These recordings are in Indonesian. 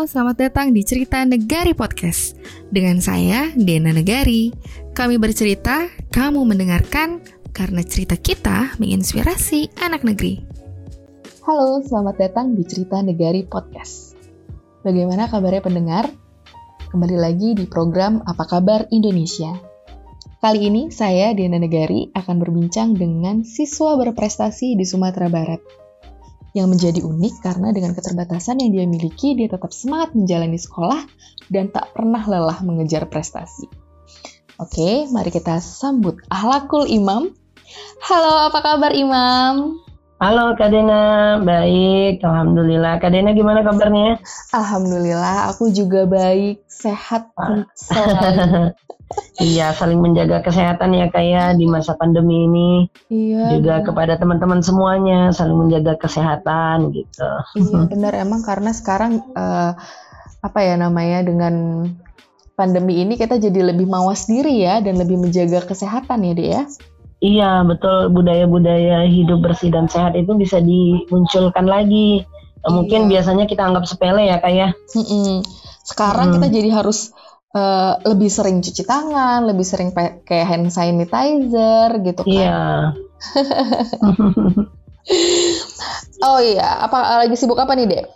Halo, selamat datang di Cerita Negari Podcast. Dengan saya, Dena Negari. Kami bercerita, kamu mendengarkan, karena cerita kita menginspirasi anak negeri. Halo, selamat datang di Cerita Negari Podcast. Bagaimana kabarnya pendengar? Kembali lagi di program Apa Kabar Indonesia. Kali ini saya, Dena Negari, akan berbincang dengan siswa berprestasi di Sumatera Barat. Yang menjadi unik karena dengan keterbatasan yang dia miliki, dia tetap semangat menjalani sekolah dan tak pernah lelah mengejar prestasi. Oke, mari kita sambut Ahlakul Imam. Halo, apa kabar Imam? Halo Kak Dena, baik, Alhamdulillah. Kak Dena gimana kabarnya? Alhamdulillah, aku juga baik, sehat selalu. Iya, saling menjaga kesehatan ya Kak ya di masa pandemi ini. Iya. Juga benar. kepada teman-teman semuanya saling menjaga kesehatan gitu. Iya benar, emang karena sekarang dengan pandemi ini kita jadi lebih mawas diri ya dan lebih menjaga kesehatan ya Dek ya. Iya betul, budaya-budaya hidup bersih dan sehat itu bisa dimunculkan lagi. Mungkin biasanya kita anggap sepele ya Kak ya. Sekarang kita jadi harus lebih sering cuci tangan, lebih sering pakai hand sanitizer gitu kan. Iya. Oh iya, lagi sibuk apa nih Dek?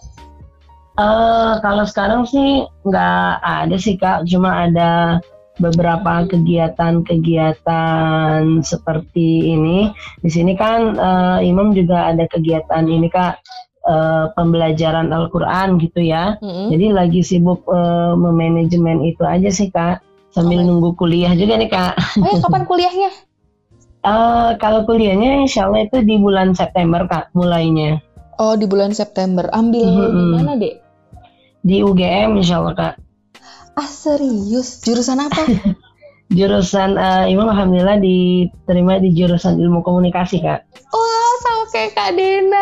Kalau sekarang sih nggak ada sih Kak, cuma ada beberapa kegiatan-kegiatan seperti ini. Di sini kan Imam juga ada kegiatan ini Kak, pembelajaran Al-Quran gitu ya. Jadi lagi sibuk memanajemen itu aja sih Kak, sambil nunggu kuliah juga nih Kak. Kapan kuliahnya? Kalau kuliahnya insya Allah itu di bulan September Kak mulainya. Oh, di bulan September. Ambil di mana Dek? Di UGM insya Allah Kak. Ah serius? Jurusan apa? Jurusan Imam alhamdulillah diterima di jurusan ilmu komunikasi Kak. Wah, sama kayak Kak Dena.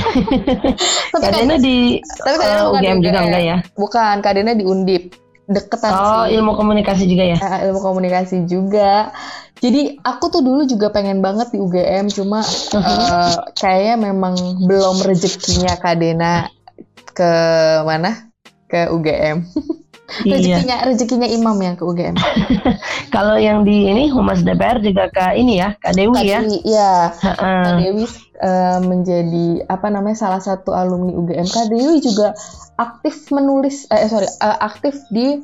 Kak Dena di UGM juga enggak ya? Bukan, Kak Dena di Undip. Deketan sih. Oh, ilmu komunikasi juga ya? Ilmu komunikasi juga. Jadi aku tuh dulu juga pengen banget di UGM, cuma kayaknya memang belum rezekinya Kak Dena ke mana? Ke UGM. Rezekinya Imam yang ke UGM. Kalau yang di ini Humas DPR juga Kak ini ya, Kak Dewi ya? Iya. Kak Dewi menjadi salah satu alumni UGM. Kak Dewi juga aktif menulis, aktif di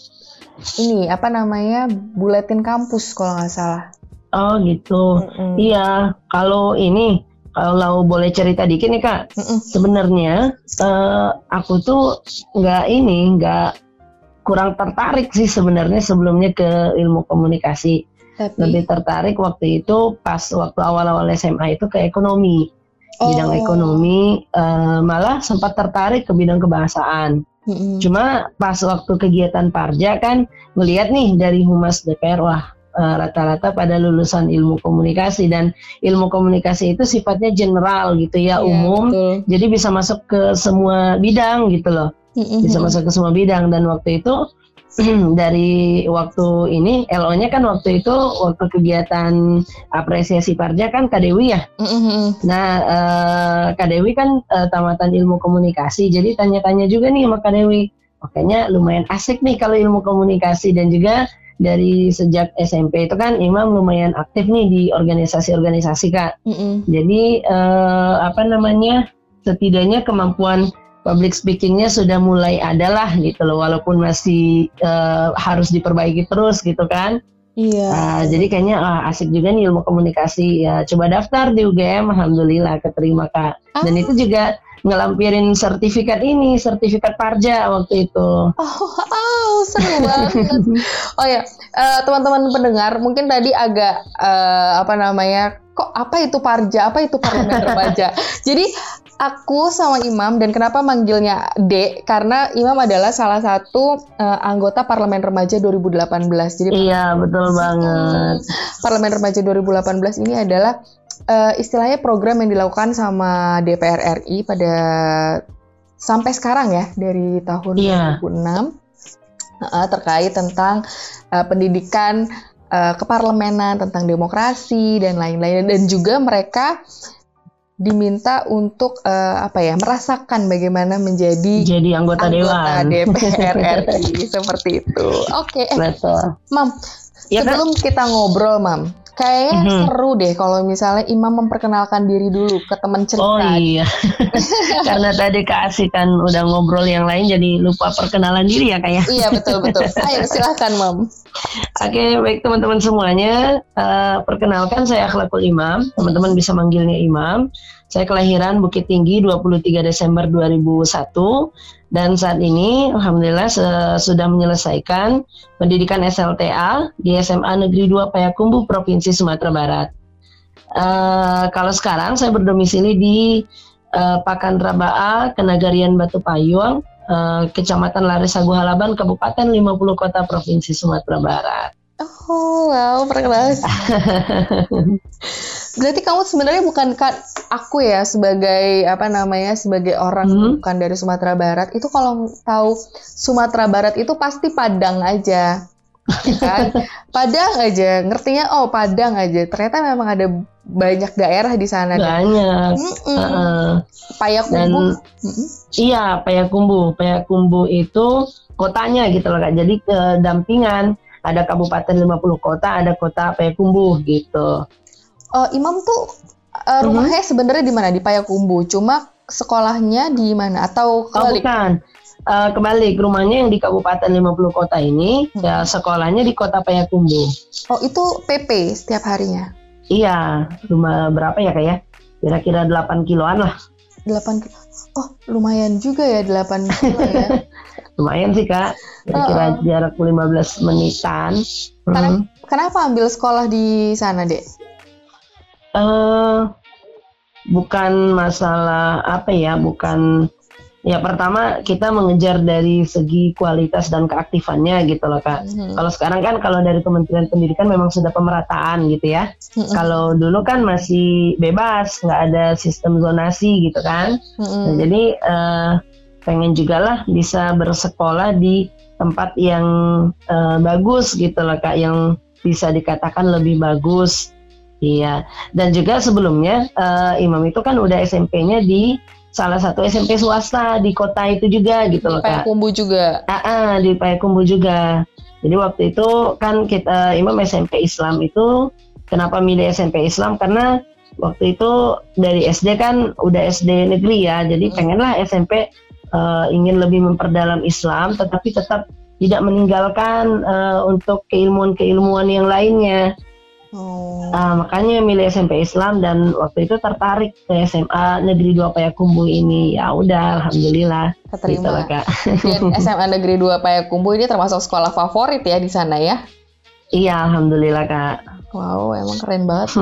ini buletin kampus kalau nggak salah. Oh gitu. Iya. Kalau boleh cerita dikit nih Kak, sebenarnya aku tuh nggak kurang tertarik sih sebenarnya sebelumnya ke ilmu komunikasi. Lebih tertarik waktu itu pas waktu awal-awal SMA itu ke ekonomi, bidang ekonomi, malah sempat tertarik ke bidang kebahasaan. Cuma pas waktu kegiatan Parja kan melihat nih dari Humas DPR, rata-rata pada lulusan ilmu komunikasi, dan ilmu komunikasi itu sifatnya general gitu ya, umum, betul. Jadi bisa masuk ke semua bidang gitu loh. Bisa masuk ke semua bidang, dan waktu itu dari waktu ini LO-nya kan waktu itu waktu kegiatan apresiasi Parja kan Kak Dewi ya. Nah Kak Dewi kan tamatan ilmu komunikasi, jadi tanya-tanya juga nih sama Kak Dewi. Makanya lumayan asik nih kalau ilmu komunikasi, dan juga dari sejak SMP itu kan Imam lumayan aktif nih di organisasi-organisasi Kak. Jadi setidaknya kemampuan public speakingnya sudah mulai ada lah gitu loh, walaupun masih harus diperbaiki terus gitu kan. Iya. Jadi kayaknya asik juga nih ilmu komunikasi ya. Coba daftar di UGM, alhamdulillah keterima Kak. Dan itu juga ngelampirin sertifikat Parja waktu itu. Seru banget. Oh ya, teman-teman pendengar mungkin tadi agak kok apa itu Parja, apa itu parlemen remaja. Jadi aku sama Imam, dan kenapa manggilnya Dek? Karena Imam adalah salah satu anggota Parlemen Remaja 2018. Jadi iya, betul banget. Parlemen Remaja 2018 ini adalah istilahnya program yang dilakukan sama DPR RI pada sampai sekarang ya, dari tahun 2006 terkait tentang pendidikan keparlemenan, tentang demokrasi dan lain-lain. Dan juga mereka diminta untuk merasakan bagaimana menjadi anggota dewan DPR RI seperti itu. Oke, betul. Mam, Ya, sebelum kita ngobrol, Mam, kayaknya seru deh kalau misalnya Imam memperkenalkan diri dulu ke teman cerita. Oh iya, karena tadi Kak Asih kan udah ngobrol yang lain jadi lupa perkenalan diri ya Kak ya. Iya betul. Ayo silahkan Mam. Oke, baik teman-teman semuanya, perkenalkan saya Akhlakul Imam, teman-teman bisa manggilnya Imam. Saya kelahiran Bukit Tinggi 23 Desember 2001 dan saat ini alhamdulillah sudah menyelesaikan pendidikan SLTA di SMA Negeri 2 Payakumbuh Provinsi Sumatera Barat. Kalau sekarang saya berdomisili di Pakan Trabaa, Kenagarian Batu Payung, Kecamatan Larisagu Halaban, Kabupaten 50 Kota Provinsi Sumatera Barat. Oh wow, perkenalkan. Berarti kamu sebenarnya bukan aku ya sebagai sebagai orang bukan dari Sumatera Barat. Itu kalau tahu Sumatera Barat itu pasti Padang aja. Kan? Padang aja, ngertinya Padang aja. Ternyata memang ada banyak daerah di sana. Banyak. Payakumbuh. Iya, Payakumbuh itu kotanya gitu loh Kak. Jadi dampingan, ada kabupaten 50 kota, ada kota Payakumbuh gitu. Imam tuh rumahnya sebenarnya di mana? Di Payakumbuh. Cuma sekolahnya di mana? Atau kebalik? Bukan. Kebalik, rumahnya yang di Kabupaten 50 kota ini, ya sekolahnya di Kota Payakumbuh. Oh, itu PP setiap harinya? Iya, rumah berapa ya Kak ya? Kira-kira 8 kiloan lah. 8 kilo. Oh, lumayan juga ya 8 kilo ya. Lumayan sih Kak, kira-kira jarak 15 menitan. Kenapa ambil sekolah di sana, Dek? Bukan masalah pertama kita mengejar dari segi kualitas dan keaktifannya gitu loh Kak. Kalau sekarang kan kalau dari Kementerian Pendidikan memang sudah pemerataan gitu ya. Kalau dulu kan masih bebas, nggak ada sistem zonasi gitu kan. Nah, jadi pengen juga lah bisa bersekolah di tempat yang bagus gitu loh Kak, yang bisa dikatakan lebih bagus. Iya, dan juga sebelumnya Imam itu kan udah SMP-nya di salah satu SMP swasta di kota itu juga gitu loh Kak. Di Payakumbuh juga? Di Payakumbuh juga. Jadi waktu itu kan Imam SMP Islam itu, kenapa milih SMP Islam? Karena waktu itu dari SD kan udah SD negeri ya, jadi pengenlah SMP ingin lebih memperdalam Islam, tetapi tetap tidak meninggalkan untuk keilmuan-keilmuan yang lainnya. Makanya milih SMP Islam dan waktu itu tertarik ke SMA Negeri 2 Payakumbuh ini. Ya udah, alhamdulillah keterima. Gitu, Kak. Dan SMA Negeri 2 Payakumbuh ini termasuk sekolah favorit ya di sana ya? Iya, alhamdulillah Kak. Wow, emang keren banget.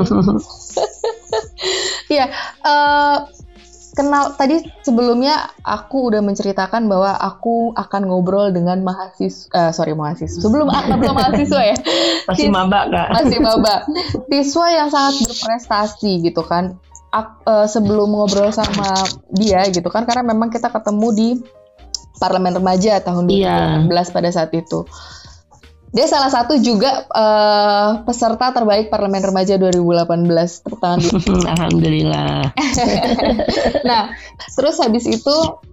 Iya, kenal tadi sebelumnya aku udah menceritakan bahwa aku akan ngobrol dengan mahasiswa. Belum mahasiswa ya. Masih maba Kak. Masih maba. Siswa yang sangat berprestasi gitu kan. Sebelum ngobrol sama dia gitu kan, karena memang kita ketemu di Parlemen Remaja tahun 2018 pada saat itu. Dia salah satu juga peserta terbaik Parlemen Remaja 2018. Tepuk tangan dulu. Alhamdulillah. Nah, terus habis itu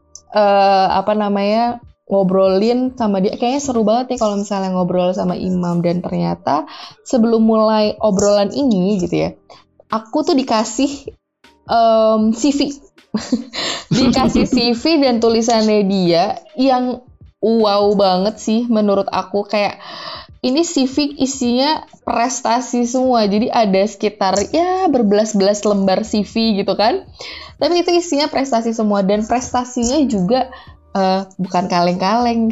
ngobrolin sama dia. Kayaknya seru banget nih kalau misalnya ngobrol sama Imam. Dan ternyata sebelum mulai obrolan ini gitu ya, aku tuh dikasih CV. Dikasih CV dan tulisannya dia yang wow banget sih menurut aku. Kayak ini CV isinya prestasi semua. Jadi ada sekitar berbelas-belas lembar CV gitu kan. Tapi itu isinya prestasi semua. Dan prestasinya juga bukan kaleng-kaleng.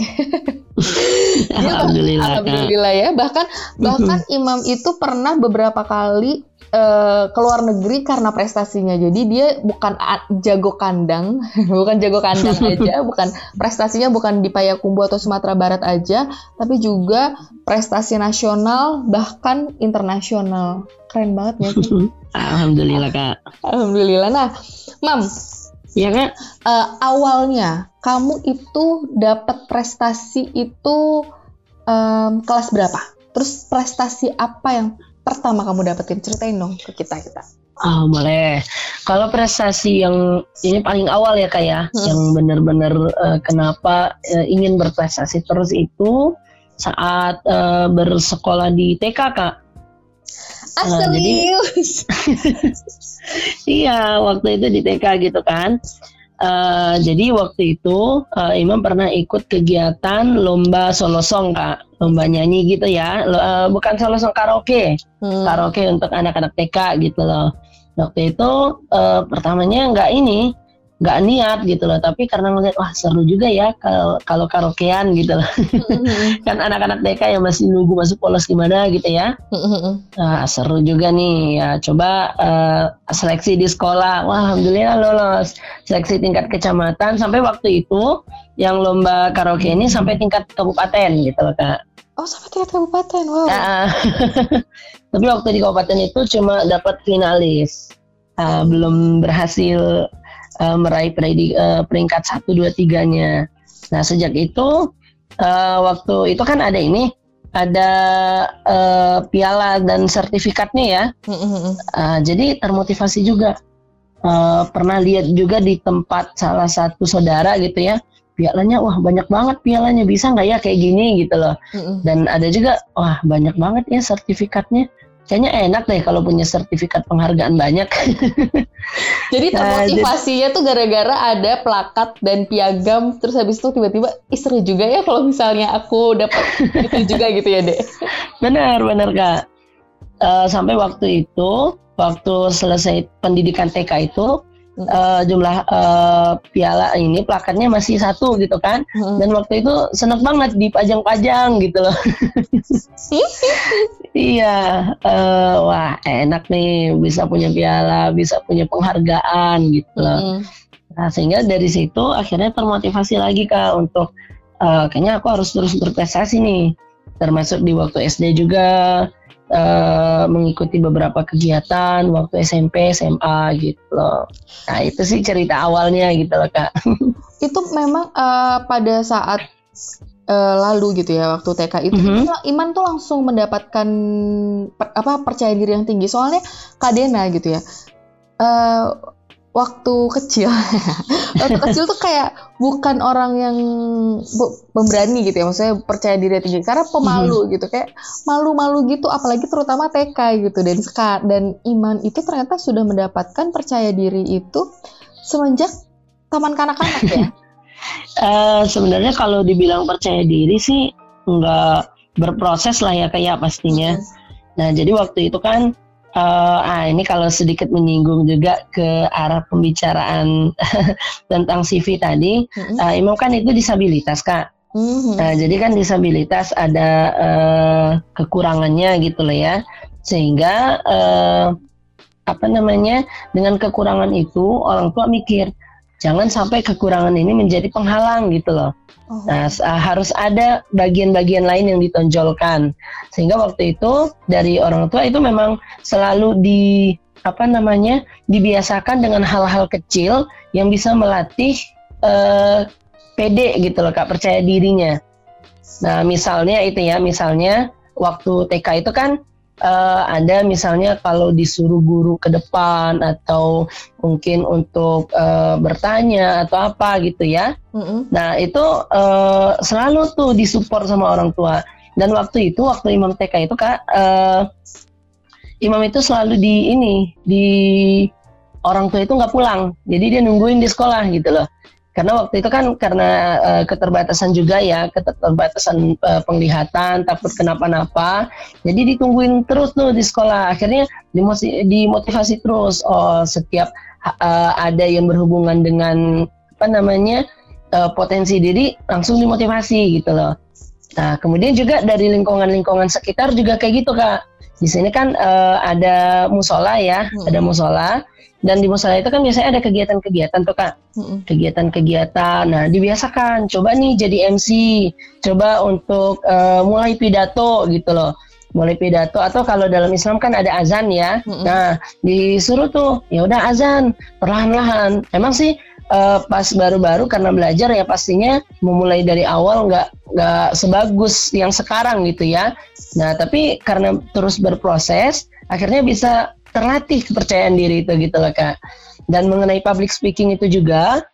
Alhamdulillah ya. Bahkan Imam itu pernah beberapa kali keluar negeri karena prestasinya. Jadi dia bukan jago kandang, bukan jago kandang aja, bukan prestasinya bukan di Payakumbuh atau Sumatera Barat aja, tapi juga prestasi nasional bahkan internasional. Keren banget ya sih. Alhamdulillah Kak. Alhamdulillah. Nah, Mam. Iya Kak. Awalnya kamu itu dapat prestasi itu kelas berapa? Terus prestasi apa yang pertama kamu dapetin? Ceritain dong ke kita. Boleh. Kalau prestasi yang ini paling awal ya Kak ya, yang benar-benar kenapa ingin berprestasi terus itu saat bersekolah di TK Kak. Serius? Iya, waktu itu di TK gitu kan. Jadi waktu itu Imam pernah ikut kegiatan lomba solo song Kak, lomba nyanyi gitu ya, bukan solo song, karaoke untuk anak-anak TK gitu loh. Waktu itu pertamanya nggak niat gitu loh, tapi karena ngeliat wah seru juga ya kalau karaokean gitu loh. Kan anak-anak TK yang masih nunggu masuk polos gimana gitu ya. Nah, seru juga nih ya, coba seleksi di sekolah. Wah, alhamdulillah lolos seleksi tingkat kecamatan, sampai waktu itu yang lomba karaoke ini sampai tingkat kabupaten gitu loh Kak. Oh, sampai tingkat kabupaten. Wow. Tapi waktu di kabupaten itu cuma dapat finalis, belum berhasil meraih peringkat 1, 2, 3-nya. Nah, sejak itu waktu itu kan ada piala dan sertifikatnya ya. Jadi termotivasi juga. Pernah lihat juga di tempat salah satu saudara gitu ya, pialanya wah banyak banget pialanya, bisa nggak ya kayak gini gitu loh. Dan ada juga wah banyak banget ya sertifikatnya, kayaknya enak deh kalau punya sertifikat penghargaan banyak. Jadi termotivasinya tuh gara-gara ada plakat dan piagam, terus habis itu tiba-tiba seru juga ya kalau misalnya aku dapat itu juga gitu ya Dek. Benar Kak. Sampai waktu selesai pendidikan TK itu jumlah piala ini plakatnya masih 1 gitu kan. Dan waktu itu seneng banget dipajang-pajang gitu loh. Iya, wah enak nih bisa punya piala, bisa punya penghargaan gitu loh. Nah, sehingga dari situ akhirnya termotivasi lagi Kak untuk kayaknya aku harus terus berprestasi nih. Termasuk di waktu SD juga mengikuti beberapa kegiatan waktu SMP, SMA gitu loh. Nah, itu sih cerita awalnya gitu loh Kak. Itu memang pada saat lalu gitu ya, waktu TK itu Iman tuh langsung mendapatkan percaya diri yang tinggi. Soalnya Kak Dena gitu ya, waktu kecil tuh kayak bukan orang yang pemberani gitu ya, maksudnya percaya diri tinggi, karena pemalu gitu, kayak malu-malu gitu, apalagi terutama TK gitu. Dan Iman itu ternyata sudah mendapatkan percaya diri itu semenjak taman kanak-kanak ya. Sebenarnya kalau dibilang percaya diri sih nggak berproses lah ya kayak pastinya. Nah, jadi waktu itu kan ini kalau sedikit menyinggung juga ke arah pembicaraan tentang CV tadi, Imam kan itu disabilitas Kak. Nah, jadi kan disabilitas ada kekurangannya gitu loh ya, sehingga dengan kekurangan itu orang tua mikir jangan sampai kekurangan ini menjadi penghalang gitu loh. Nah, harus ada bagian-bagian lain yang ditonjolkan. Sehingga waktu itu dari orang tua itu memang selalu dibiasakan dengan hal-hal kecil yang bisa melatih pede gitu loh Kak, percaya dirinya. Nah, misalnya waktu TK itu kan ada misalnya kalau disuruh guru ke depan atau mungkin untuk bertanya atau apa gitu ya. Nah, itu selalu tuh disupport sama orang tua. Dan waktu Imam TK itu Kak, Imam itu selalu di orang tua itu nggak pulang, jadi dia nungguin di sekolah gitu loh. Karena waktu itu kan karena keterbatasan juga ya, keterbatasan penglihatan, takut kenapa-napa, jadi ditungguin terus tuh di sekolah. Akhirnya dimotivasi terus. Oh, setiap ada yang berhubungan dengan potensi diri langsung dimotivasi gitu loh. Nah, kemudian juga dari lingkungan sekitar juga kayak gitu Kak. Di sini kan ada musola ya, ada musola. Dan di musola itu kan biasanya ada kegiatan-kegiatan tuh Kak. Kegiatan-kegiatan. Nah, dibiasakan. Coba nih jadi MC. Coba untuk mulai pidato gitu loh. Mulai pidato, atau kalau dalam Islam kan ada azan ya. Nah, disuruh tuh, ya udah azan perlahan-lahan. Emang sih pas baru-baru karena belajar ya pastinya memulai dari awal nggak sebagus yang sekarang gitu ya. Nah, tapi karena terus berproses, akhirnya bisa terlatih kepercayaan diri itu gitu loh Kak. Dan mengenai public speaking itu juga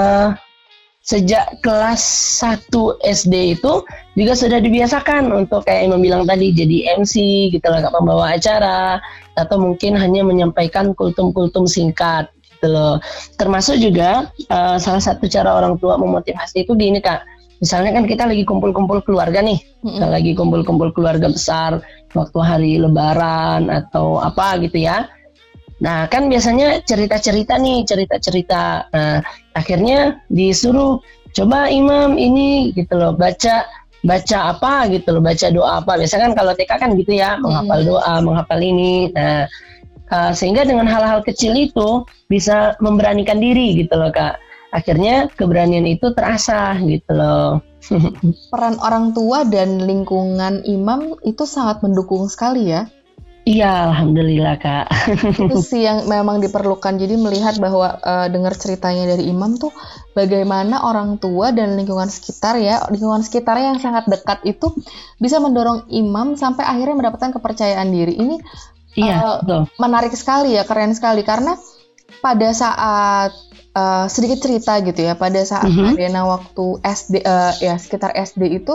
sejak kelas 1 SD itu juga sudah dibiasakan untuk kayak Imam bilang tadi jadi MC gitu loh Kak, pembawa acara, atau mungkin hanya menyampaikan kultum-kultum singkat gitu loh. Termasuk juga salah satu cara orang tua memotivasi itu gini Kak. Misalnya kan kita lagi kumpul-kumpul keluarga nih, lagi kumpul-kumpul keluarga besar waktu hari Lebaran atau apa gitu ya. Nah kan biasanya cerita-cerita. Nah akhirnya disuruh coba Imam ini gitu loh, baca apa gitu loh, baca doa apa. Biasanya kan kalau TK kan gitu ya, menghafal doa, menghafal ini. Nah sehingga dengan hal-hal kecil itu bisa memberanikan diri gitu loh Kak. Akhirnya keberanian itu terasa gitu loh. Peran orang tua dan lingkungan Imam itu sangat mendukung sekali ya. Iya, alhamdulillah Kak. Itu sih yang memang diperlukan. Jadi melihat bahwa dengar ceritanya dari Imam tuh bagaimana orang tua dan lingkungan sekitar yang sangat dekat itu bisa mendorong Imam sampai akhirnya mendapatkan kepercayaan diri. Ini menarik sekali ya, keren sekali, karena pada saat sedikit cerita gitu ya, pada saat Kadena waktu SD sekitar SD itu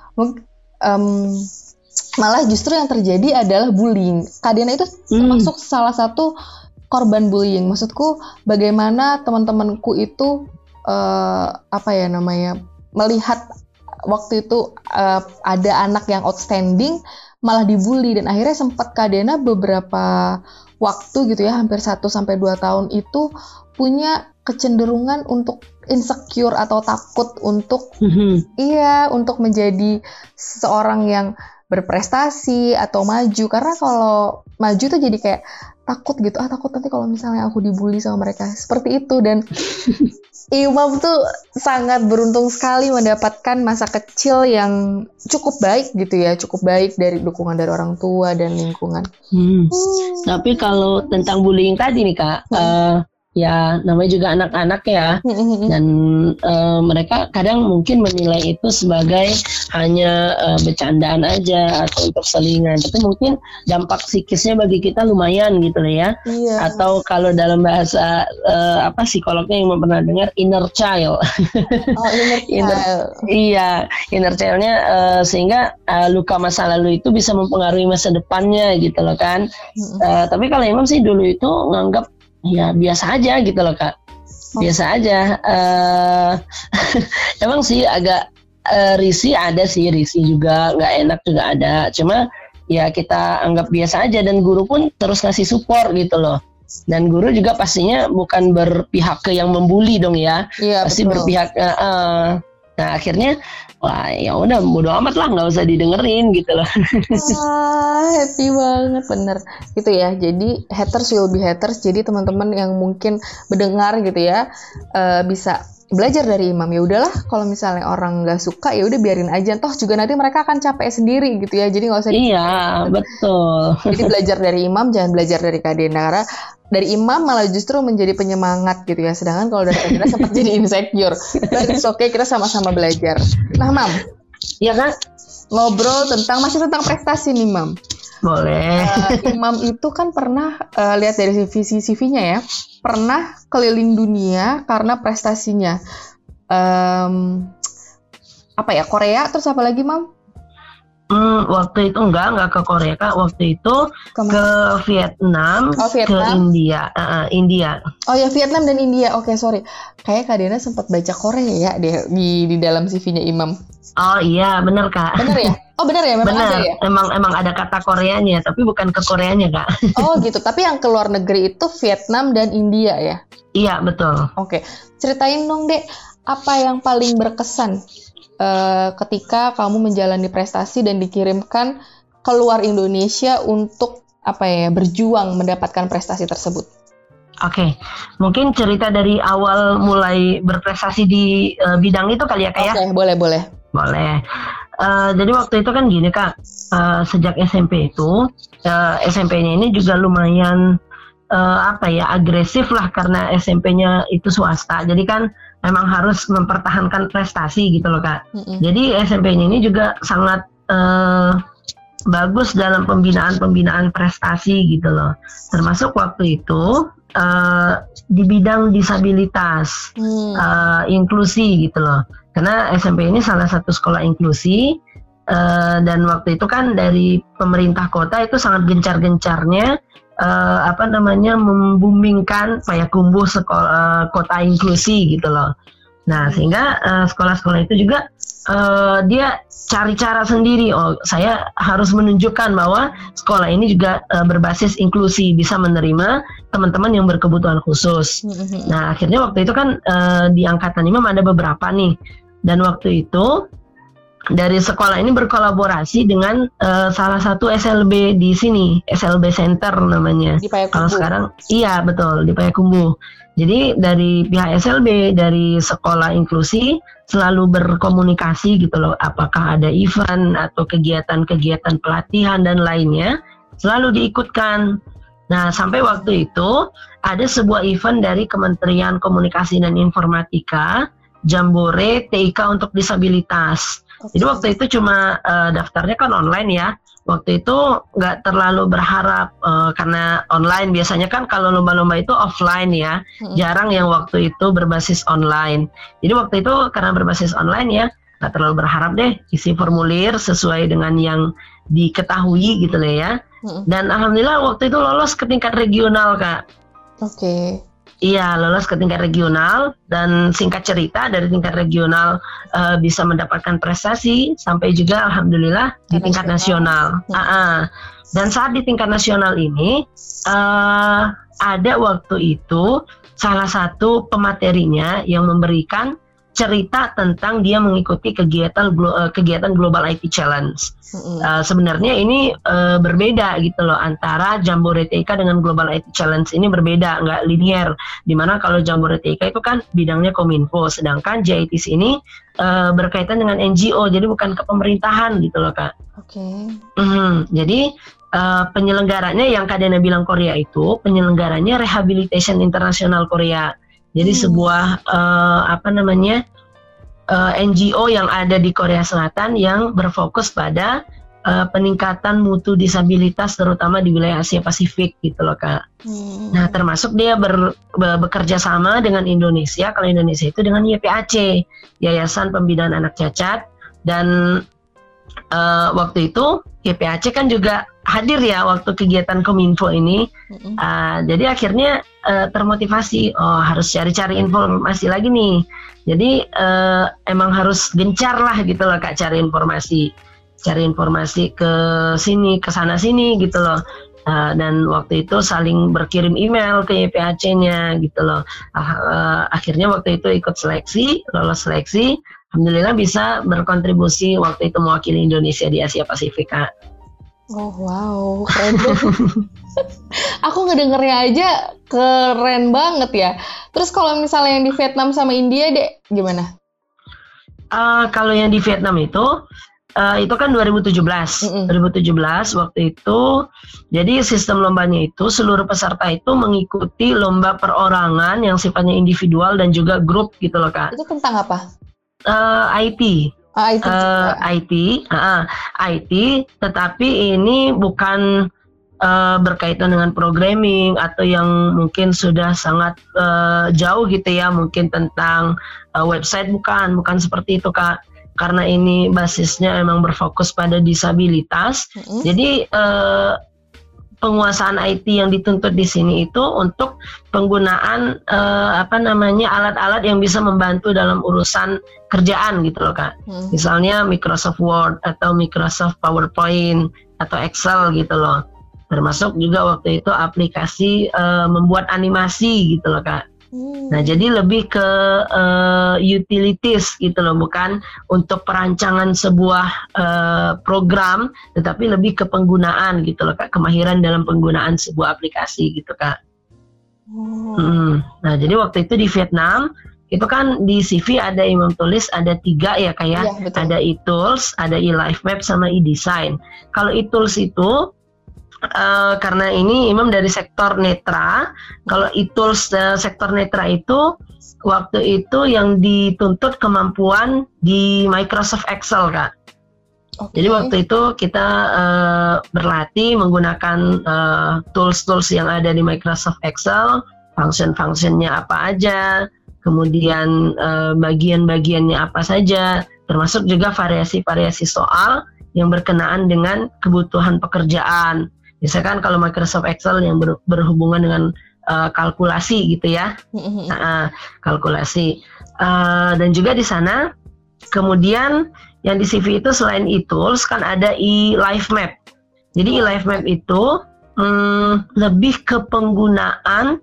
malah justru yang terjadi adalah bullying. Kadena itu termasuk salah satu korban bullying. Maksudku bagaimana teman-temanku itu melihat waktu itu ada anak yang outstanding malah dibully, dan akhirnya sempat Kadena beberapa waktu gitu ya, hampir 1-2 tahun itu punya kecenderungan untuk insecure atau takut untuk untuk menjadi seseorang yang berprestasi atau maju, karena kalau maju tuh jadi kayak takut gitu, takut nanti kalau misalnya aku dibully sama mereka, seperti itu. Dan Imam tuh sangat beruntung sekali mendapatkan masa kecil yang cukup baik gitu ya, cukup baik dari dukungan dari orang tua dan lingkungan. Tapi kalau tentang bullying tadi nih Kak, ya namanya juga anak-anak ya, dan mereka kadang mungkin menilai itu sebagai hanya bercandaan aja atau untuk selingan, tapi mungkin dampak psikisnya bagi kita lumayan gitu loh ya. Atau kalau dalam bahasa psikolognya yang pernah dengar, inner child. Inner childnya, sehingga luka masa lalu itu bisa mempengaruhi masa depannya gitu loh kan. Tapi kalau Imam sih dulu itu nganggap ya biasa aja gitu loh Kak, biasa aja. Emang sih agak risih juga, nggak enak juga ada, cuma ya kita anggap biasa aja, dan guru pun terus ngasih support gitu loh. Dan guru juga pastinya bukan berpihak ke yang membuli dong ya, pasti betul. Berpihak. Nah akhirnya wah ya udah bodo amat lah, nggak usah didengerin gitu loh. Happy banget, bener gitu ya. Jadi haters will be haters. Jadi teman-teman yang mungkin mendengar gitu ya, bisa belajar dari Imam. Ya udahlah, kalau misalnya orang nggak suka ya udah biarin aja, toh juga nanti mereka akan capek sendiri gitu ya. Jadi nggak usah. Iya betul. Jadi belajar dari Imam, jangan belajar dari Kadena, karena dari Imam malah justru menjadi penyemangat gitu ya. Sedangkan kalau dari Kadena sempat jadi insecure. But it's okay, kita sama-sama belajar. Nah Mam, iya kan? Ngobrol masih tentang prestasi nih Mam. Boleh. Imam itu kan pernah lihat dari CV-nya ya, pernah keliling dunia karena prestasinya. Korea, terus apa lagi Mam? Waktu itu enggak ke Korea Kak, waktu itu ke Vietnam, ke India. Oh ya, Vietnam dan India. Oke, sorry. Kayak Kadena sempat baca Korea ya di dalam CV-nya Imam. Oh iya, benar Kak. Benar ya? Oh benar ya, memang ada ya? Emang ada kata Koreanya, tapi bukan ke Koreanya Kak. Oh gitu, tapi yang ke luar negeri itu Vietnam dan India ya? Iya, betul. Oke, ceritain dong Dek, apa yang paling berkesan ketika kamu menjalani prestasi dan dikirimkan keluar Indonesia untuk berjuang mendapatkan prestasi tersebut? Oke, mungkin cerita dari awal mulai berprestasi di bidang itu kali ya Kak ya? Oke, boleh. Jadi waktu itu kan gini Kak, sejak SMP itu, SMP-nya ini juga lumayan agresif lah, karena SMP-nya itu swasta. Jadi kan memang harus mempertahankan prestasi gitu loh Kak. Jadi SMP-nya ini juga sangat bagus dalam pembinaan prestasi gitu loh. Termasuk waktu itu di bidang disabilitas, inklusi gitu loh. Karena SMP ini salah satu sekolah inklusi, dan waktu itu kan dari pemerintah kota itu sangat gencar-gencarnya memboomingkan Payakumbuh sekolah kota inklusi gitu loh. Nah, sehingga sekolah-sekolah itu juga dia cari cara sendiri. Oh, saya harus menunjukkan bahwa sekolah ini juga berbasis inklusi, bisa menerima teman-teman yang berkebutuhan khusus. Nah, akhirnya waktu itu kan di angkatan Imam ada beberapa nih. Dan waktu itu dari sekolah ini berkolaborasi dengan salah satu SLB di sini, SLB Center namanya. Di Payakumbuh. Kalau sekarang, iya betul, di Payakumbuh. Jadi dari pihak SLB, dari sekolah inklusi selalu berkomunikasi gitu loh, apakah ada event atau kegiatan-kegiatan pelatihan dan lainnya, selalu diikutkan. Nah, sampai waktu itu ada sebuah event dari Kementerian Komunikasi dan Informatika, Jambore TIK untuk disabilitas. Jadi waktu itu cuma daftarnya kan online ya. Waktu itu nggak terlalu berharap karena online biasanya kan kalau lomba-lomba itu offline ya, jarang yang waktu itu berbasis online. Jadi waktu itu karena berbasis online ya, nggak terlalu berharap deh, isi formulir sesuai dengan yang diketahui gitu loh ya. Dan alhamdulillah waktu itu lolos ke tingkat regional, Kak. Oke. Iya, lolos ke tingkat regional, dan singkat cerita dari tingkat regional bisa mendapatkan prestasi sampai juga alhamdulillah di tingkat nasional. Dan saat di tingkat nasional ini ada waktu itu salah satu pematerinya yang memberikan cerita tentang dia mengikuti kegiatan Global IT Challenge. Sebenarnya ini berbeda gitu loh, antara Jambore TIK dengan Global IT Challenge ini berbeda, nggak linear. Dimana kalau Jambore TIK itu kan bidangnya Kominfo, sedangkan JITC ini berkaitan dengan NGO, jadi bukan kepemerintahan gitu loh, Kak. Oke. Jadi penyelenggaranya yang Kak Dena bilang Korea itu, penyelenggaranya Rehabilitation International Korea. Jadi sebuah NGO yang ada di Korea Selatan yang berfokus pada peningkatan mutu disabilitas terutama di wilayah Asia Pasifik gitu loh, Kak. Nah, termasuk dia bekerja sama dengan Indonesia. Kalau Indonesia itu dengan YPAC, Yayasan Pembinaan Anak Cacat, dan waktu itu YPAC kan juga hadir ya waktu kegiatan Kominfo ini. Jadi akhirnya termotivasi, harus cari-cari informasi lagi nih. Jadi emang harus gencar lah gitu loh, Kak, cari informasi ke sini, ke sana sini gitu loh. Dan waktu itu saling berkirim email ke YPAC-nya gitu loh. Akhirnya waktu itu ikut seleksi, lolos seleksi. Alhamdulillah bisa berkontribusi waktu itu mewakili Indonesia di Asia Pasifik, Kak. Oh wow, keren banget. Aku ngedengernya aja keren banget ya. Terus kalau misalnya yang di Vietnam sama India, Dek, gimana? Kalau yang di Vietnam itu kan 2017. 2017 waktu itu, jadi sistem lombanya itu seluruh peserta itu mengikuti lomba perorangan yang sifatnya individual dan juga grup gitu loh, Kak. Itu tentang apa? IT. IT, tetapi ini bukan berkaitan dengan programming atau yang mungkin sudah sangat jauh gitu ya, mungkin tentang website, bukan seperti itu, Kak. Karena ini basisnya emang berfokus pada disabilitas, jadi penguasaan IT yang dituntut di sini itu untuk penggunaan alat-alat yang bisa membantu dalam urusan kerjaan gitu loh, Kak. Misalnya Microsoft Word atau Microsoft PowerPoint atau Excel gitu loh. Termasuk juga waktu itu aplikasi membuat animasi gitu loh, Kak. Nah, jadi lebih ke utilities gitu loh, bukan untuk perancangan sebuah program, tetapi lebih ke penggunaan gitu loh, Kak, kemahiran dalam penggunaan sebuah aplikasi gitu, Kak. Nah, jadi waktu itu di Vietnam itu kan di CV ada Imam tulis ada 3 ya, Kak ya. Iya, ada e-tools, ada e-life-map sama e-design. Kalau e-tools itu karena ini Imam dari sektor netra, kalau e-tools sektor netra itu waktu itu yang dituntut kemampuan di Microsoft Excel, Kak. Jadi waktu itu kita berlatih menggunakan tools-tools yang ada di Microsoft Excel, function-functionnya apa aja, kemudian bagian-bagiannya apa saja, termasuk juga variasi-variasi soal yang berkenaan dengan kebutuhan pekerjaan. Misalkan kalau Microsoft Excel yang berhubungan dengan kalkulasi gitu ya, kalkulasi. Dan juga di sana, kemudian yang di CV itu selain e-tools kan ada e-life map. Jadi e-life map itu lebih ke penggunaan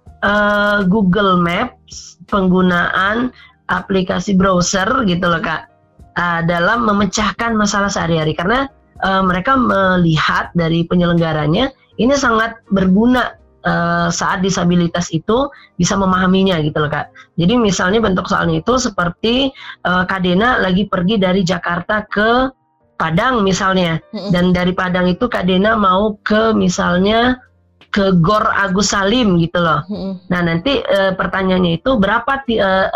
Google Maps, penggunaan aplikasi browser gitu loh Kak, dalam memecahkan masalah sehari-hari. Karena mereka melihat dari penyelenggaranya ini sangat berguna saat disabilitas itu bisa memahaminya gitu loh Kak. Jadi misalnya bentuk soalnya itu seperti Kak Dena lagi pergi dari Jakarta ke Padang misalnya, dan dari Padang itu Kak Dena mau ke misalnya ke Gor Agus Salim gitu loh. Nah nanti pertanyaannya itu berapa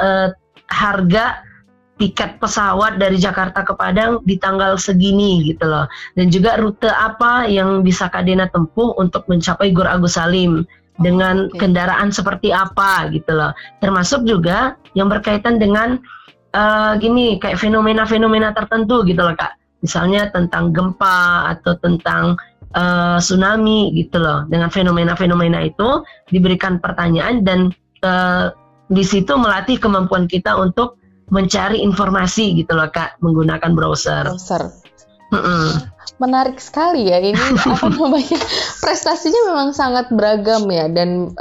harga tiket pesawat dari Jakarta ke Padang di tanggal segini gitu loh. Dan juga rute apa yang bisa Kak Dena tempuh untuk mencapai Gor Agus Salim dengan kendaraan seperti apa gitu loh. Termasuk juga yang berkaitan dengan kayak fenomena-fenomena tertentu gitu loh Kak. Misalnya tentang gempa atau tentang tsunami gitu loh. Dengan fenomena-fenomena itu diberikan pertanyaan dan di situ melatih kemampuan kita untuk mencari informasi gitu loh Kak, menggunakan browser. Menarik sekali ya ini apa namanya, prestasinya memang sangat beragam ya, dan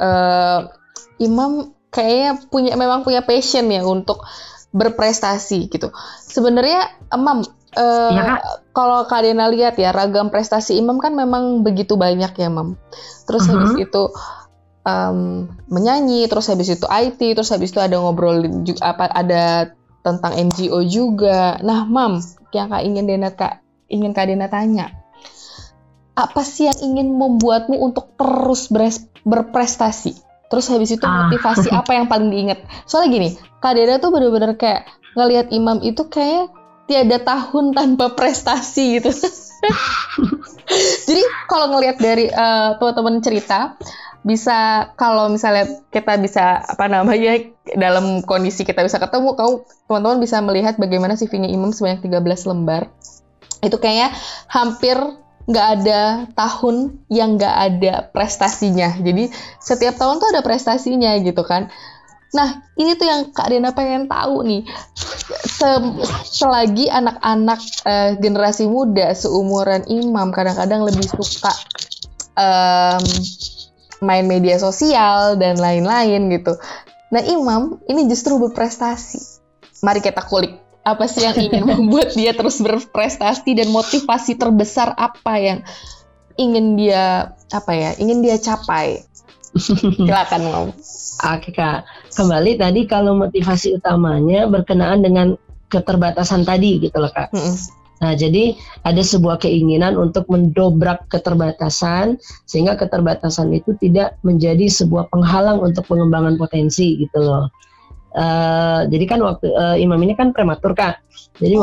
Imam kayaknya memang punya passion ya untuk berprestasi gitu. Sebenarnya Imam kalau Kak Dena lihat ya, ragam prestasi Imam kan memang begitu banyak ya Imam. Terus habis itu menyanyi, terus habis itu IT, terus habis itu ada ngobrolin juga ada tentang NGO juga. Nah, Mam, yang ingin Kak Dena tanya, apa sih yang ingin membuatmu untuk terus berprestasi? Terus habis itu motivasi apa yang paling diingat? Soalnya gini, Kak Dena tuh benar-benar kayak ngelihat Imam itu kayak tiada tahun tanpa prestasi gitu. Jadi kalau ngelihat dari teman-teman cerita, bisa kalau misalnya kita bisa dalam kondisi kita bisa ketemu, teman-teman bisa melihat bagaimana CV-nya Imam sebanyak 13 lembar. Itu kayaknya hampir nggak ada tahun yang nggak ada prestasinya. Jadi setiap tahun tuh ada prestasinya gitu kan. Nah ini tuh yang Kak Dena pengen tahu nih. Selagi anak-anak generasi muda seumuran Imam kadang-kadang lebih suka main media sosial dan lain-lain gitu. Nah Imam ini justru berprestasi. Mari kita kulik, apa sih yang ingin membuat dia terus berprestasi dan motivasi terbesar apa yang ingin dia capai. Silakan Mam. Oke Kak, kembali tadi kalau motivasi utamanya berkenaan dengan keterbatasan tadi gitu loh Kak. Nah, jadi ada sebuah keinginan untuk mendobrak keterbatasan sehingga keterbatasan itu tidak menjadi sebuah penghalang untuk pengembangan potensi gitu loh. Jadi kan waktu Imam ini kan prematur Kak. Jadi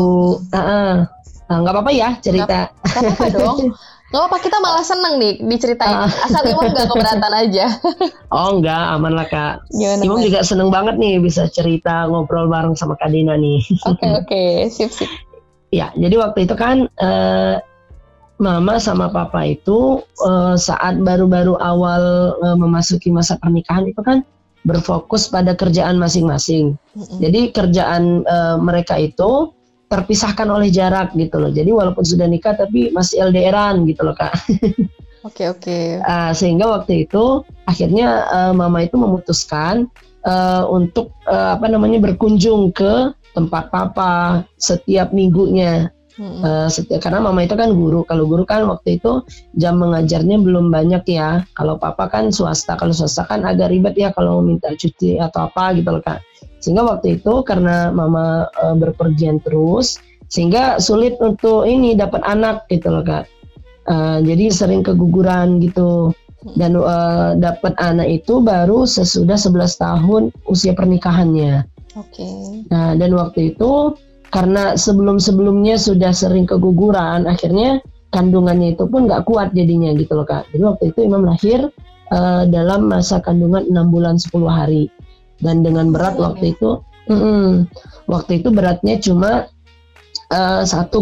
nggak apa-apa ya cerita. Nggak apa-apa dong. Nggak apa, kita malah seneng nih diceritain. Asal Imam nggak keberatan aja. Oh enggak, aman lah Kak. Gimana, Imam juga seneng banget nih bisa cerita ngobrol bareng sama Kak Dena nih. Oke, sip. Ya, jadi waktu itu kan Mama sama Papa itu saat baru-baru awal memasuki masa pernikahan itu kan berfokus pada kerjaan masing-masing. Jadi kerjaan mereka itu terpisahkan oleh jarak gitu loh. Jadi walaupun sudah nikah tapi masih LDRan gitu loh Kak. Oke. Sehingga waktu itu akhirnya Mama itu memutuskan untuk berkunjung ke tempat Papa setiap minggunya. Karena Mama itu kan guru. Kalau guru kan waktu itu jam mengajarnya belum banyak ya. Kalau Papa kan swasta. Kalau swasta kan agak ribet ya kalau minta cuti atau apa gitu loh Kak. Sehingga waktu itu karena Mama berpergian terus, sehingga sulit untuk dapat anak gitu loh Kak. Jadi sering keguguran gitu. Dan dapat anak itu baru sesudah 11 tahun usia pernikahannya. Oke. Nah, dan waktu itu karena sebelum-sebelumnya sudah sering keguguran, akhirnya kandungannya itu pun nggak kuat jadinya gitu loh Kak. Jadi waktu itu Imam lahir dalam masa kandungan 6 bulan 10 hari, dan dengan berat waktu itu beratnya cuma 1,1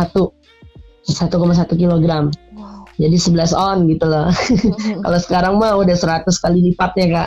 kilogram. Wow. Jadi 11 on gitu loh. Kalau sekarang mah udah 100 kali lipatnya Kak.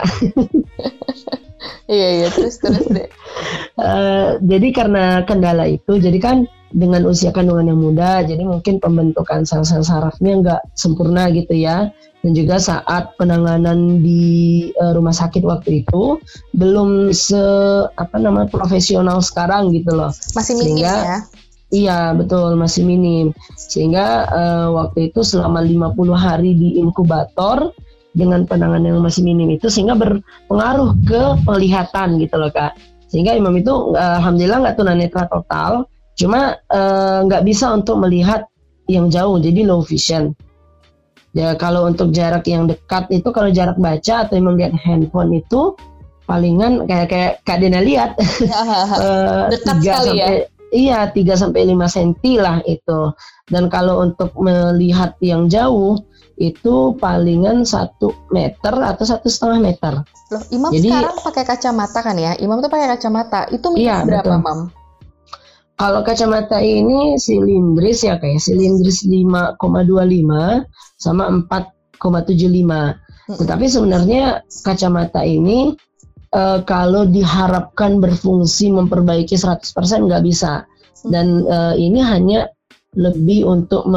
Iya terus deh. Jadi karena kendala itu, jadi kan dengan usia kandungan yang muda, jadi mungkin pembentukan sel-sel sarafnya nggak sempurna gitu ya. Dan juga saat penanganan di rumah sakit waktu itu belum profesional sekarang gitu loh. Masih minim ya? Iya betul, masih minim. Sehingga waktu itu selama 50 hari di inkubator dengan penanganan yang masih minim itu, sehingga berpengaruh ke penglihatan gitu loh Kak. Sehingga Imam itu alhamdulillah nggak tunanetra total, cuma nggak bisa untuk melihat yang jauh, jadi low vision. Ya kalau untuk jarak yang dekat itu, kalau jarak baca atau Imam lihat handphone itu palingan kayak Kak Dena lihat dekat sekali ya. Iya 3-5 cm lah itu. Dan kalau untuk melihat yang jauh itu palingan 1 meter atau 1,5 meter. Loh, Imam jadi, sekarang pakai kacamata kan ya? Imam tuh pakai kacamata. Itu minus berapa, Mam? Kalau kacamata ini silindris ya kayak silindris 5,25 sama 4,75. Tetapi sebenarnya kacamata ini kalau diharapkan berfungsi memperbaiki 100% nggak bisa. Dan ini hanya lebih untuk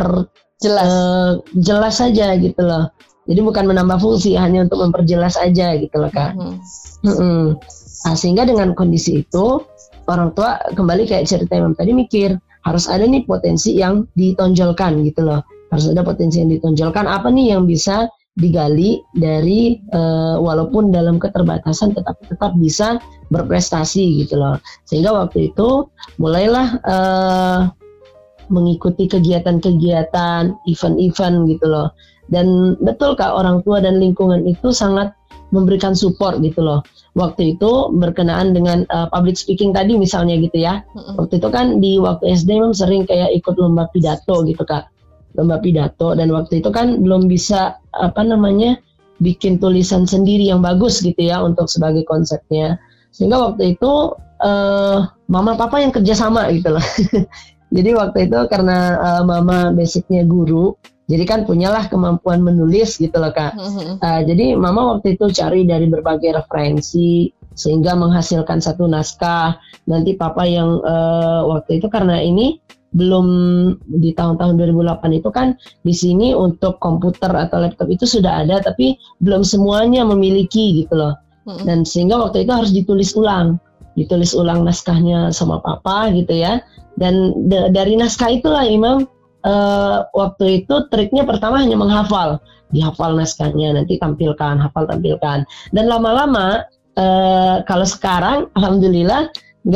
jelas saja gitu loh. Jadi bukan menambah fungsi, hanya untuk memperjelas aja gitu loh Kak. Nah, sehingga dengan kondisi itu orang tua kembali kayak cerita Imam tadi mikir harus ada nih potensi yang ditonjolkan gitu loh. Harus ada potensi yang ditonjolkan. Apa nih yang bisa digali dari walaupun dalam keterbatasan tetapi tetap bisa berprestasi gitu loh. Sehingga waktu itu mulailah mengikuti kegiatan-kegiatan, event-event gitu loh. Dan betul Kak, orang tua dan lingkungan itu sangat memberikan support gitu loh. Waktu itu berkenaan dengan public speaking tadi misalnya gitu ya. Waktu itu kan di waktu SD memang sering kayak ikut lomba pidato gitu Kak. Lomba pidato, dan waktu itu kan belum bisa bikin tulisan sendiri yang bagus gitu ya untuk sebagai konsepnya. Sehingga waktu itu mama papa yang kerjasama gitu loh. Jadi waktu itu karena mama basicnya guru, jadi kan punyalah kemampuan menulis gitu loh Kak. Jadi mama waktu itu cari dari berbagai referensi sehingga menghasilkan satu naskah. Nanti papa yang waktu itu karena ini belum di tahun-tahun 2008 itu kan di sini untuk komputer atau laptop itu sudah ada, tapi belum semuanya memiliki gitu loh. Dan sehingga waktu itu harus ditulis ulang naskahnya sama papa gitu ya. Dan dari naskah itulah Imam waktu itu triknya pertama hanya dihafal naskahnya, nanti hafal tampilkan. Dan lama-lama kalau sekarang alhamdulillah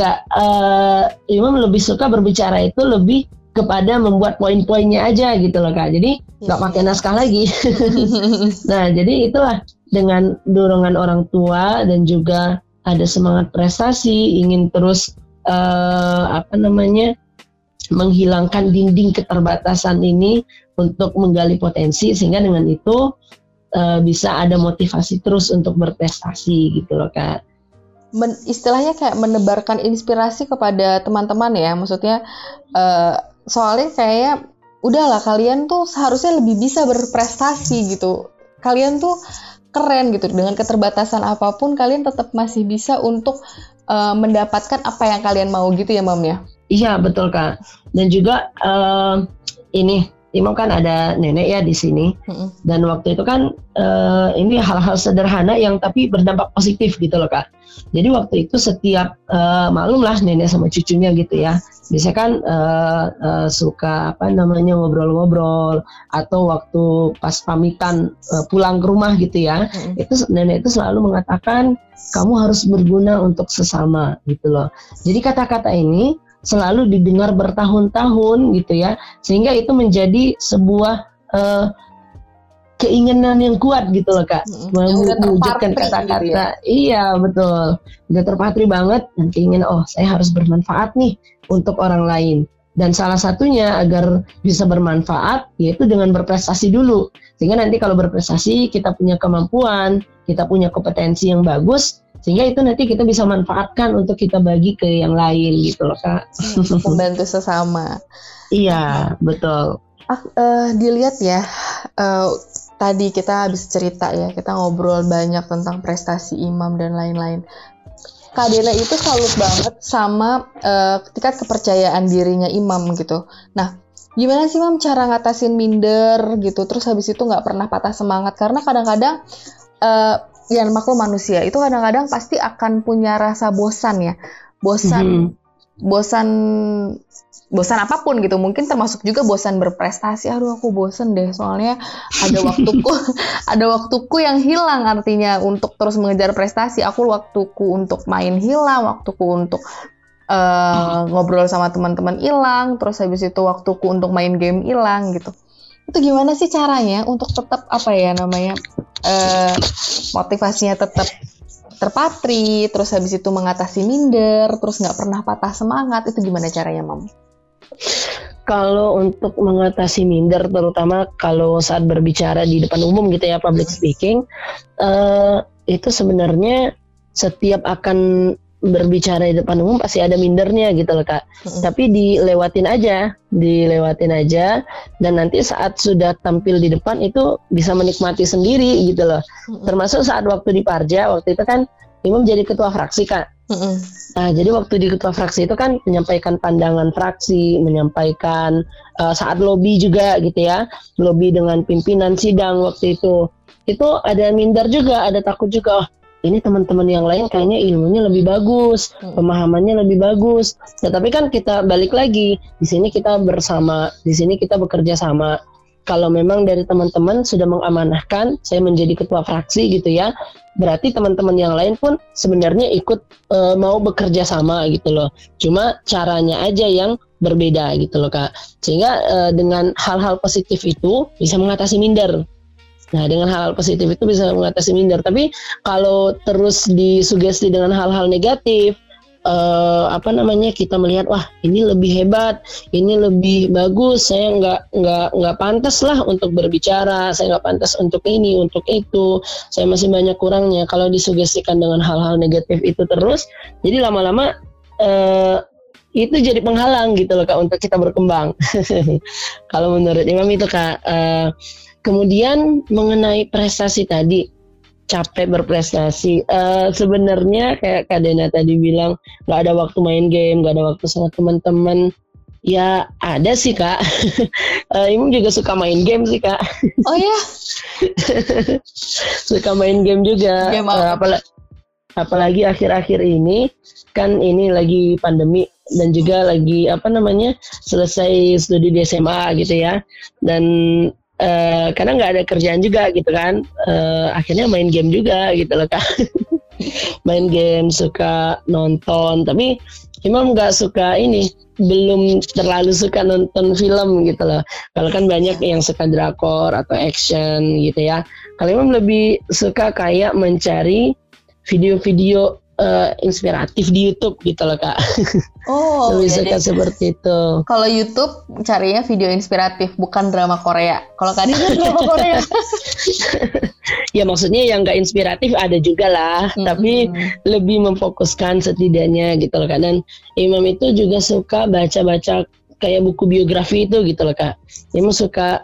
Imam lebih suka berbicara itu lebih kepada membuat poin-poinnya aja gitu loh Kak. Jadi nggak pakai naskah lagi. Nah jadi itulah dengan dorongan orang tua dan juga ada semangat prestasi, ingin terus menghilangkan dinding keterbatasan ini untuk menggali potensi, sehingga dengan itu bisa ada motivasi terus untuk berprestasi gitu loh Kak. Istilahnya kayak menebarkan inspirasi kepada teman-teman ya, maksudnya soalnya kayak udahlah kalian tuh seharusnya lebih bisa berprestasi gitu, kalian tuh keren gitu, dengan keterbatasan apapun kalian tetap masih bisa untuk mendapatkan apa yang kalian mau gitu ya Mam ya. Iya betul Kak. Dan juga ini Imam kan ada nenek ya di sini. Dan waktu itu kan ini hal-hal sederhana yang tapi berdampak positif gitu loh Kak. Jadi waktu itu setiap maklum lah nenek sama cucunya gitu ya. Biasanya kan suka ngobrol-ngobrol atau waktu pas pamitan pulang ke rumah gitu ya. Itu nenek itu selalu mengatakan kamu harus berguna untuk sesama gitu loh. Jadi kata-kata ini selalu didengar bertahun-tahun gitu ya, sehingga itu menjadi sebuah keinginan yang kuat gitu loh Kak, mewujudkan kata-kata. Gitu ya? Iya betul, udah terpatri banget dan keinginan saya harus bermanfaat nih untuk orang lain. Dan salah satunya agar bisa bermanfaat yaitu dengan berprestasi dulu, sehingga nanti kalau berprestasi kita punya kemampuan, kita punya kompetensi yang bagus, sehingga itu nanti kita bisa manfaatkan untuk kita bagi ke yang lain gitu loh Kak. Membantu sesama. Iya betul. Dilihat ya, tadi kita habis cerita ya, kita ngobrol banyak tentang prestasi Imam dan lain-lain. Kak Dena itu salut banget sama tingkat kepercayaan dirinya Imam gitu. Nah, gimana sih Mam cara ngatasin minder gitu, terus habis itu nggak pernah patah semangat? Karena kadang-kadang ya maklum manusia itu kadang-kadang pasti akan punya rasa bosan ya, bosan apapun gitu, mungkin termasuk juga bosan berprestasi. Aduh aku bosan deh, soalnya ada waktuku yang hilang, artinya untuk terus mengejar prestasi. Waktuku untuk main hilang, waktuku untuk ngobrol sama teman-teman hilang, terus habis itu waktuku untuk main game hilang gitu. Itu gimana sih caranya untuk tetap motivasinya tetap terpatri, terus habis itu mengatasi minder, terus nggak pernah patah semangat, itu gimana caranya Mam? Kalau untuk mengatasi minder, terutama kalau saat berbicara di depan umum gitu ya, public speaking, itu sebenarnya setiap akan berbicara di depan umum pasti ada mindernya gitu loh Kak. Tapi dilewatin aja, dan nanti saat sudah tampil di depan itu bisa menikmati sendiri gitu loh. Termasuk saat waktu di Parja, waktu itu kan Imam jadi ketua fraksi Kak. Nah, jadi waktu di ketua fraksi itu kan menyampaikan pandangan fraksi, menyampaikan saat lobby juga gitu ya, lobby dengan pimpinan sidang waktu itu ada minder juga, ada takut juga. Ini teman-teman yang lain kayaknya ilmunya lebih bagus, pemahamannya lebih bagus. Tetapi kan kita balik lagi, di sini kita bersama, di sini kita bekerja sama. Kalau memang dari teman-teman sudah mengamanahkan saya menjadi ketua fraksi gitu ya, berarti teman-teman yang lain pun sebenarnya ikut mau bekerja sama gitu loh. Cuma caranya aja yang berbeda gitu loh Kak. Sehingga dengan hal-hal positif itu bisa mengatasi minder. Nah, dengan hal-hal positif itu bisa mengatasi minder. Tapi kalau terus disugesti dengan hal-hal negatif, kita melihat wah ini lebih hebat, ini lebih bagus, saya nggak pantas lah untuk berbicara, saya nggak pantas untuk ini, untuk itu, saya masih banyak kurangnya. Kalau disugestikan dengan hal-hal negatif itu terus, jadi lama-lama itu jadi penghalang gitu loh Kak untuk kita berkembang. Kalau menurut Imam itu Kak. Kemudian mengenai prestasi tadi, capek berprestasi, sebenarnya kayak Kak Dena tadi bilang nggak ada waktu main game, nggak ada waktu sama teman-teman. Ya ada sih Kak. Imam juga suka main game sih Kak. Oh ya? Suka main game juga. Apalagi akhir-akhir ini kan ini lagi pandemi dan juga lagi selesai studi di SMA gitu ya, dan karena nggak ada kerjaan juga gitu kan, akhirnya main game juga gitu loh Kak. Main game, suka nonton, tapi Imam nggak suka belum terlalu suka nonton film gitu loh. Kalau kan banyak yang suka drakor atau action gitu ya. Kalau Imam lebih suka kayak mencari video-video inspiratif di YouTube gitu loh Kak. Oh, lebih suka seperti itu. Kalau YouTube carinya video inspiratif, bukan drama Korea. Kalau Kak Dina drama Korea. Ya maksudnya yang nggak inspiratif ada juga lah, tapi lebih memfokuskan setidaknya gitu loh Kak. Dan Imam itu juga suka baca-baca kayak buku biografi itu gitu loh Kak. Imam suka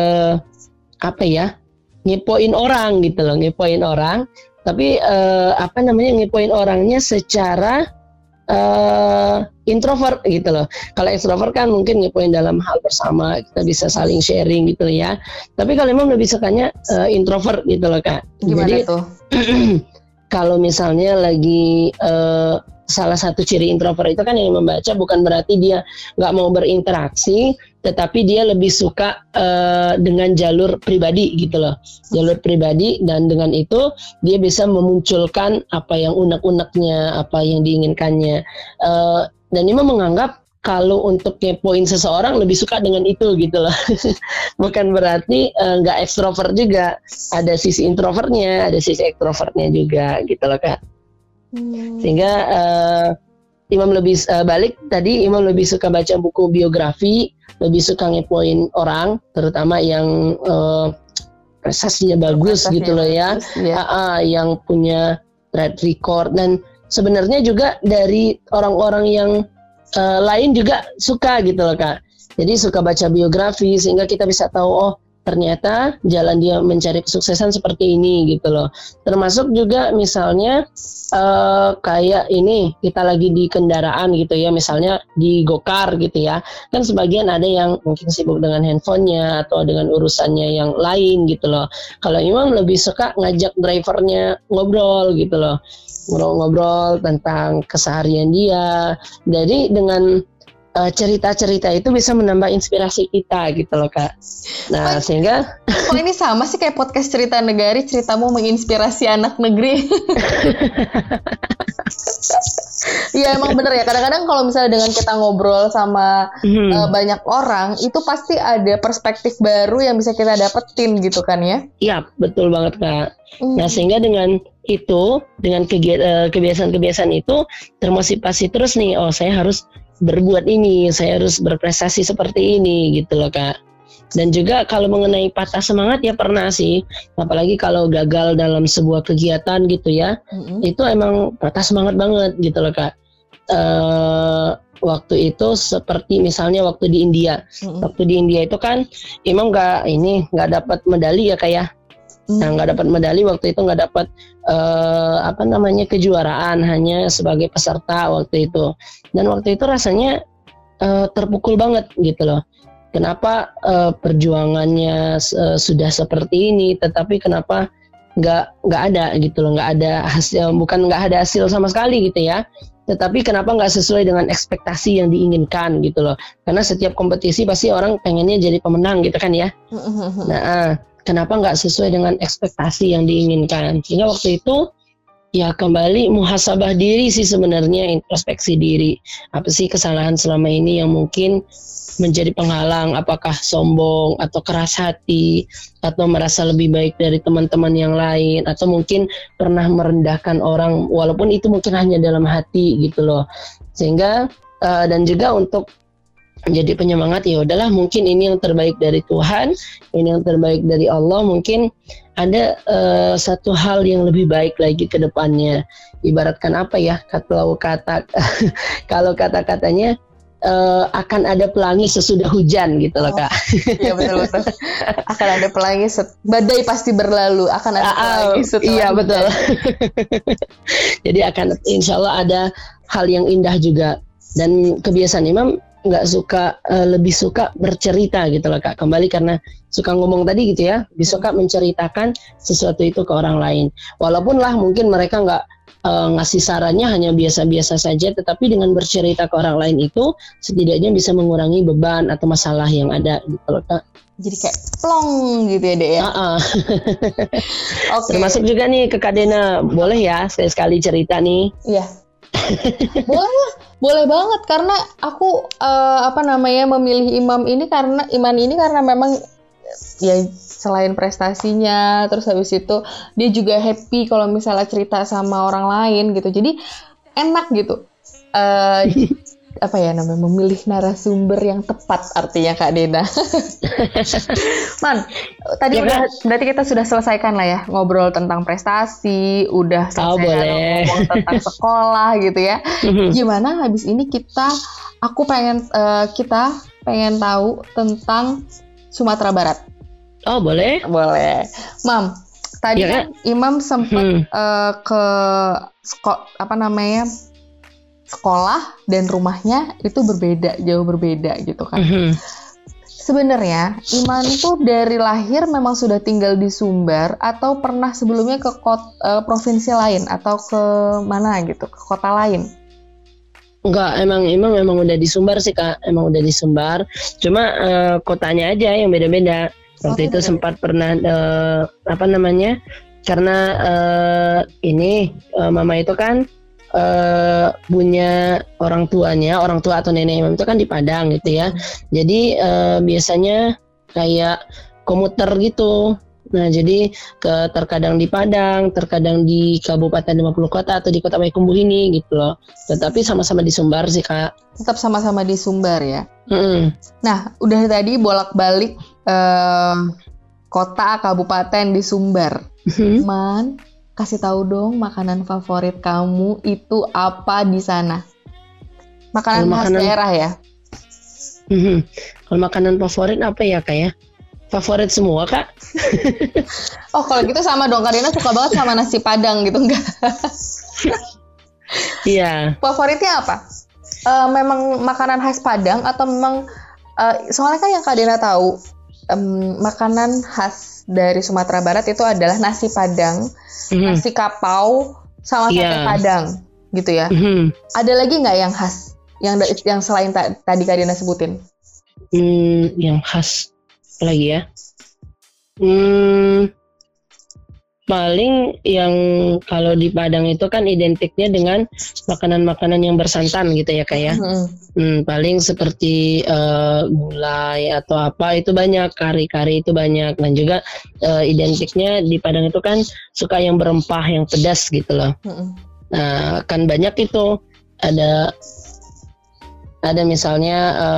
ngepoin orang gitu loh, ngepoin orang. Tapi ngepoin orangnya secara introvert gitu loh. Kalau extrovert kan mungkin ngepoin dalam hal bersama, kita bisa saling sharing gitu ya. Tapi kalau Imam lebih sukanya introvert gitu loh Kak. Gimana jadi tuh? Kalau misalnya lagi salah satu ciri introvert itu kan yang membaca bukan berarti dia nggak mau berinteraksi, tetapi dia lebih suka dengan jalur pribadi gitu loh, jalur pribadi, dan dengan itu dia bisa memunculkan apa yang unek-uneknya, apa yang diinginkannya. Dan Imam menganggap kalau untuk ngepoin seseorang lebih suka dengan itu gitu loh. Bukan berarti nggak ekstrovert juga. Ada sisi introvertnya, ada sisi ekstrovertnya juga gitu loh Kak. Sehingga Imam lebih balik tadi, Imam lebih suka baca buku biografi, lebih suka ngepoin orang, terutama yang prestasinya bagus gitu loh ya. Yang punya track record, dan sebenarnya juga dari orang-orang yang lain juga suka gitu loh Kak. Jadi suka baca biografi sehingga kita bisa tahu, oh ternyata jalan dia mencari kesuksesan seperti ini gitu loh. Termasuk juga misalnya kayak ini kita lagi di kendaraan gitu ya, misalnya di gokar gitu ya. Kan sebagian ada yang mungkin sibuk dengan handphonenya atau dengan urusannya yang lain gitu loh. Kalau Imam lebih suka ngajak drivernya ngobrol gitu loh. Ngobrol tentang keseharian dia. Jadi dengan cerita-cerita itu bisa menambah inspirasi kita gitu loh Kak. Nah sehingga ini sama sih kayak podcast Cerita Negari, ceritamu menginspirasi anak negeri. Iya emang bener ya, kadang-kadang kalau misalnya dengan kita ngobrol sama banyak orang, itu pasti ada perspektif baru yang bisa kita dapetin gitu kan ya. Iya betul banget Kak. Nah sehingga dengan itu, dengan kebiasaan-kebiasaan itu termotivasi terus nih, oh saya harus berbuat ini, saya harus berprestasi seperti ini gitu loh Kak. Dan juga kalau mengenai patah semangat ya pernah sih, apalagi kalau gagal dalam sebuah kegiatan gitu ya, itu emang patah semangat banget gitu loh Kak. Waktu itu seperti misalnya waktu di India, waktu di India itu kan Imam nggak dapat medali ya Kak ya. Nah nggak dapat medali waktu itu, nggak dapat kejuaraan, hanya sebagai peserta waktu itu. Dan waktu itu rasanya terpukul banget gitu loh. Kenapa perjuangannya sudah seperti ini, tetapi kenapa nggak ada gitu loh, nggak ada hasil, bukan nggak ada hasil sama sekali gitu ya. Tetapi kenapa nggak sesuai dengan ekspektasi yang diinginkan gitu loh. Karena setiap kompetisi pasti orang pengennya jadi pemenang gitu kan ya. Nah kenapa nggak sesuai dengan ekspektasi yang diinginkan. Sehingga waktu itu ya kembali muhasabah diri sih sebenarnya, introspeksi diri. Apa sih kesalahan selama ini yang mungkin menjadi penghalang, apakah sombong atau keras hati atau merasa lebih baik dari teman-teman yang lain, atau mungkin pernah merendahkan orang walaupun itu mungkin hanya dalam hati gitu loh. Sehingga dan juga untuk menjadi penyemangat, ya udahlah mungkin ini yang terbaik dari Tuhan, ini yang terbaik dari Allah, mungkin ada satu hal yang lebih baik lagi ke depannya. Ibaratkan apa ya, kalau kata-katanya akan ada pelangi sesudah hujan gitu loh Kak. Iya betul. Akan ada pelangi, badai pasti berlalu, akan ada pelangi setelah iya hujan. Betul. Jadi akan insya Allah ada hal yang indah juga. Dan kebiasaan Imam lebih suka bercerita gitu loh Kak. Kembali karena suka ngomong tadi gitu ya, lebih suka menceritakan sesuatu itu ke orang lain. Walaupun lah mungkin mereka nggak ngasih sarannya hanya biasa-biasa saja, tetapi dengan bercerita ke orang lain itu setidaknya bisa mengurangi beban atau masalah yang ada gitu loh Kak. Jadi kayak plong gitu ya Dek ya. Okay. Termasuk juga nih ke Kak Dena, boleh ya sekali-sekali cerita nih? Iya. Boleh banget, karena aku memilih Iman ini karena memang ya selain prestasinya, terus habis itu dia juga happy kalau misalnya cerita sama orang lain gitu. Jadi enak gitu. Memilih narasumber yang tepat artinya Kak Dena. Man, tadi berarti kita sudah selesaikan lah ya ngobrol tentang prestasi, udah selesai ngomong tentang sekolah gitu ya. Gimana habis ini kita pengen tahu tentang Sumatera Barat. Oh boleh. Mam, tadi kan Imam sempat ke sekolah dan rumahnya itu jauh berbeda gitu kan. Sebenarnya Iman itu dari lahir memang sudah tinggal di Sumbar atau pernah sebelumnya ke provinsi lain atau ke mana gitu, ke kota lain? Enggak, emang udah di Sumbar sih Kak, emang udah di Sumbar. Cuma kotanya aja yang beda-beda. Waktu itu sempat pernah karena mama itu kan punya orang tua atau nenek Imam itu kan di Padang gitu ya. Jadi biasanya kayak komuter gitu. Nah, jadi terkadang di Padang, terkadang di Kabupaten 50 Kota atau di Kota Payakumbuh ini gitu loh. Tetapi sama-sama di Sumbar sih, Kak. Tetap sama-sama di Sumbar ya. Nah, udah tadi bolak-balik kota, kabupaten di Sumbar. Man, kasih tahu dong makanan favorit kamu itu apa di sana? Makanan khas daerah ya? Kalau makanan favorit apa ya, Kak ya? Favorit semua, Kak. Oh, kalau gitu sama dong. Kak Dena suka banget sama nasi Padang gitu, enggak? Iya. Favoritnya apa? Memang makanan khas Padang atau memang soalnya kan yang Kak Dena tahu makanan khas dari Sumatera Barat itu adalah nasi Padang, nasi kapau, sama sate Padang, gitu ya. Ada lagi nggak yang khas yang selain tadi Kak Dena sebutin? Yang khas lagi ya. Paling yang kalau di Padang itu kan identiknya dengan makanan-makanan yang bersantan gitu ya, Kak ya. Paling seperti gulai atau apa itu banyak, kari-kari itu banyak, dan juga identiknya di Padang itu kan suka yang berempah, yang pedas gitu loh. Nah, kan banyak itu ada misalnya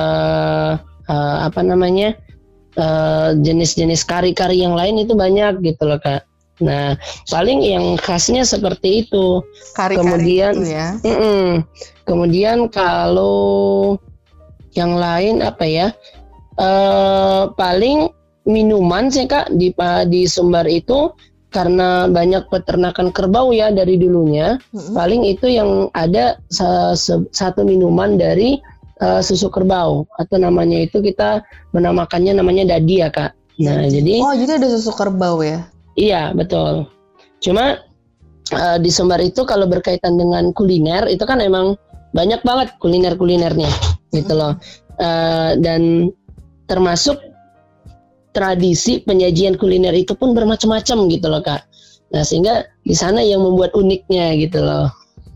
jenis-jenis kari-kari yang lain itu banyak gitu loh, Kak. Nah, paling yang khasnya seperti itu. Kari-kari kemudian itu ya. Kemudian kalau yang lain apa ya? Paling minuman sih, Kak, di Sumbar itu karena banyak peternakan kerbau ya dari dulunya. Paling itu yang ada satu minuman dari susu kerbau, atau namanya itu kita menamakannya namanya dadi ya, Kak. Nah, jadi ada susu kerbau ya? Iya, betul. Cuma di Sumbar itu kalau berkaitan dengan kuliner itu kan emang banyak banget kuliner-kulinernya gitu loh. Dan termasuk tradisi penyajian kuliner itu pun bermacam-macam gitu loh, Kak. Nah, sehingga di sana yang membuat uniknya gitu loh.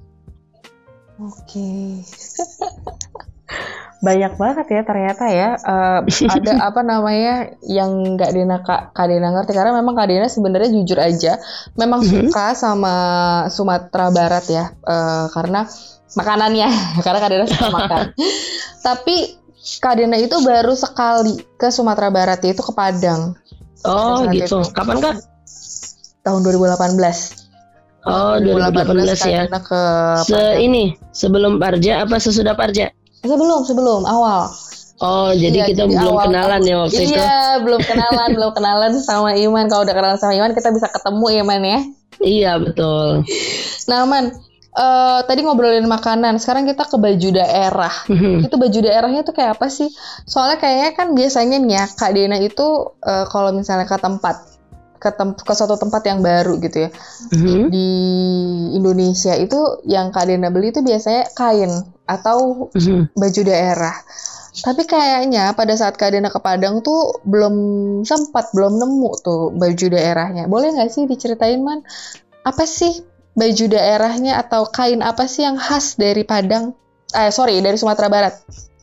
Oke. Banyak banget ya ternyata ya. Ada apa namanya yang nggak Kak Dena ngerti, karena memang Kak Dena sebenarnya jujur aja memang suka sama Sumatera Barat ya, karena makanannya karena Kak Dena suka makan. Tapi Kak Dena itu baru sekali ke Sumatera Barat, yaitu ke Padang. Oh gitu. Kapan, Kak? Tahun 2018. Oh, 2018 ya. Ke sebelum Parja apa sesudah Parja? Sebelum awal. Oh, jadi kita belum kenalan ya waktu itu? Iya, belum kenalan sama Iman. Kalau udah kenalan sama Iman, kita bisa ketemu ya, Man ya? Iya, betul. Nah, Man, tadi ngobrolin makanan, sekarang kita ke baju daerah. Itu baju daerahnya tuh kayak apa sih? Soalnya kayaknya kan biasanya nih ya, Kak Dena itu kalau misalnya ke suatu tempat yang baru gitu ya, di Indonesia itu yang Kak Dena beli itu biasanya kain atau baju daerah. Tapi kayaknya pada saat Kak Dena ke Padang tuh belum nemu tuh baju daerahnya. Boleh nggak sih diceritain, Man? Apa sih baju daerahnya atau kain apa sih yang khas dari Padang? Dari Sumatera Barat.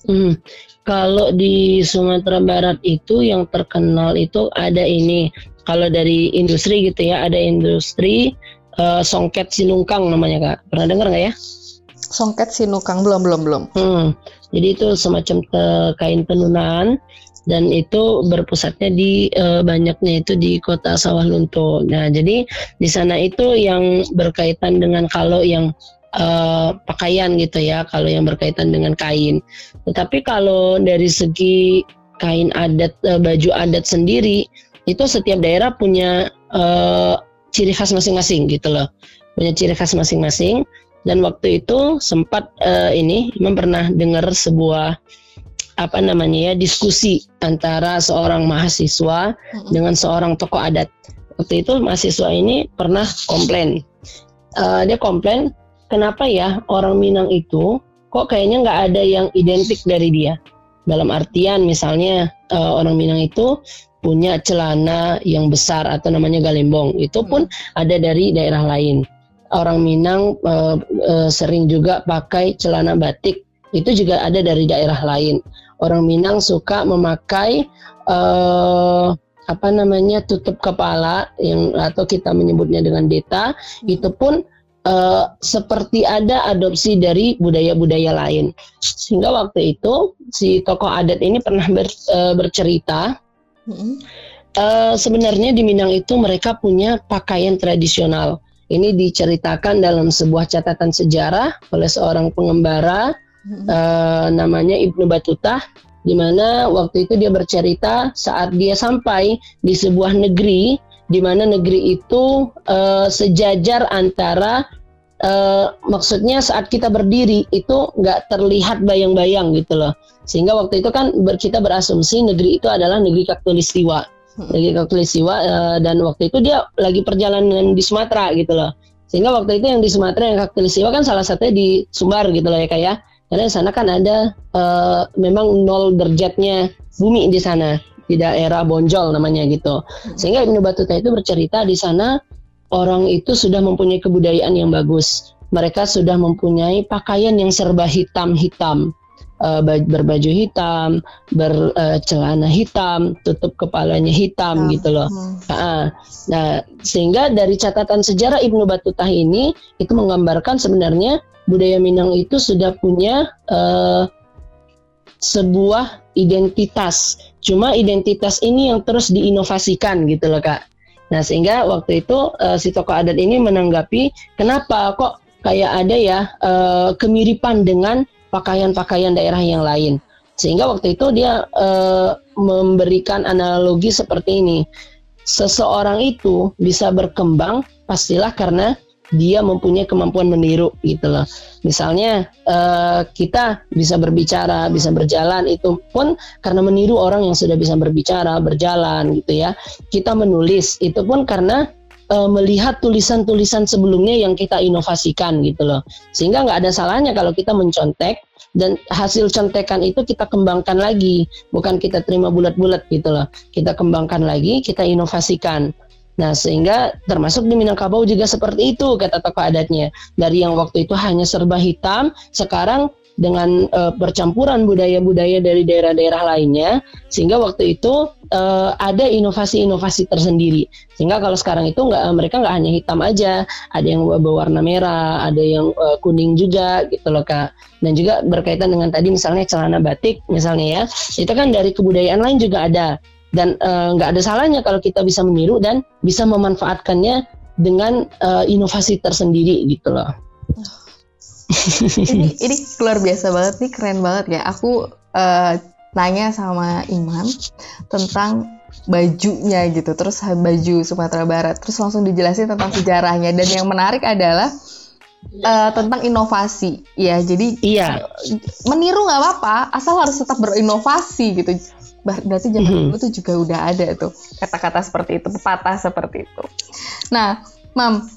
Kalau di Sumatera Barat itu yang terkenal itu ada ini. Kalau dari industri gitu ya, ada industri songket sinungkang namanya, Kak. Pernah dengar nggak ya? Songket sinungkang belum. Jadi itu semacam kain tenunan, dan itu berpusatnya di banyaknya itu di kota Sawah Lunto. Nah, jadi di sana itu yang berkaitan dengan kalau yang pakaian gitu ya, kalau yang berkaitan dengan kain. Tetapi kalau dari segi kain adat, baju adat sendiri, itu setiap daerah punya ciri khas masing-masing gitu loh, punya ciri khas masing-masing. Dan waktu itu sempat Imam pernah dengar sebuah diskusi antara seorang mahasiswa dengan seorang tokoh adat. Waktu itu mahasiswa ini pernah komplain, dia komplain kenapa ya orang Minang itu kok kayaknya nggak ada yang identik dari dia. Dalam artian misalnya orang Minang itu punya celana yang besar atau namanya galembong, itu pun ada dari daerah lain. orang Minang sering juga pakai celana batik. Itu juga ada dari daerah lain. Orang Minang suka memakai tutup kepala atau kita menyebutnya dengan deta. Itu pun seperti ada adopsi dari budaya-budaya lain. Sehingga waktu itu si tokoh adat ini pernah bercerita, sebenarnya di Minang itu mereka punya pakaian tradisional. Ini diceritakan dalam sebuah catatan sejarah oleh seorang pengembara namanya Ibnu Battuta, di mana waktu itu dia bercerita saat dia sampai di sebuah negeri, di mana negeri itu sejajar antara maksudnya saat kita berdiri itu nggak terlihat bayang-bayang gitu loh, sehingga waktu itu kan kita berasumsi negeri itu adalah negeri Khatulistiwa, dan waktu itu dia lagi perjalanan di Sumatera gitu loh, sehingga waktu itu yang di Sumatera yang Khatulistiwa kan salah satunya di Sumbar gitu loh ya kayak, karena di sana kan ada memang 0 derajatnya bumi di sana, di daerah Bonjol namanya gitu. Sehingga Ibnu Battuta itu bercerita di sana orang itu sudah mempunyai kebudayaan yang bagus. Mereka sudah mempunyai pakaian yang serba hitam-hitam, berbaju hitam, bercelana hitam, tutup kepalanya hitam gitu loh. Nah, sehingga dari catatan sejarah Ibnu Battuta ini itu menggambarkan sebenarnya budaya Minang itu sudah punya sebuah identitas. Cuma identitas ini yang terus diinovasikan gitu loh Kak. Nah, sehingga waktu itu si tokoh adat ini menanggapi kenapa kok kayak ada ya kemiripan dengan pakaian-pakaian daerah yang lain. Sehingga waktu itu dia memberikan analogi seperti ini. Seseorang itu bisa berkembang pastilah karena dia mempunyai kemampuan meniru gitu loh. Misalnya kita bisa berbicara, bisa berjalan, itu pun karena meniru orang yang sudah bisa berbicara, berjalan gitu ya. Kita menulis, itu pun karena melihat tulisan-tulisan sebelumnya yang kita inovasikan gitu loh. Sehingga nggak ada salahnya kalau kita mencontek dan hasil contekan itu kita kembangkan lagi, bukan kita terima bulat-bulat gitu loh. Kita kembangkan lagi, kita inovasikan. Nah, sehingga termasuk di Minangkabau juga seperti itu kata tokoh adatnya. Dari yang waktu itu hanya serba hitam, sekarang dengan percampuran budaya-budaya dari daerah-daerah lainnya, sehingga waktu itu ada inovasi-inovasi tersendiri. Sehingga kalau sekarang itu mereka nggak hanya hitam aja, ada yang berwarna merah, ada yang kuning juga gitu loh Kak. Dan juga berkaitan dengan tadi misalnya celana batik misalnya ya, itu kan dari kebudayaan lain juga ada. Dan nggak ada salahnya kalau kita bisa meniru dan bisa memanfaatkannya dengan inovasi tersendiri gitu loh. ini luar biasa banget nih, keren banget ya. Aku nanya sama Imam tentang bajunya gitu, terus baju Sumatera Barat, terus langsung dijelasin tentang sejarahnya. Dan yang menarik adalah tentang inovasi ya. Jadi meniru nggak apa-apa, asal harus tetap berinovasi gitu. Berarti zaman dulu tuh juga udah ada tuh kata-kata seperti itu, pepatah seperti itu. Nah, Mam,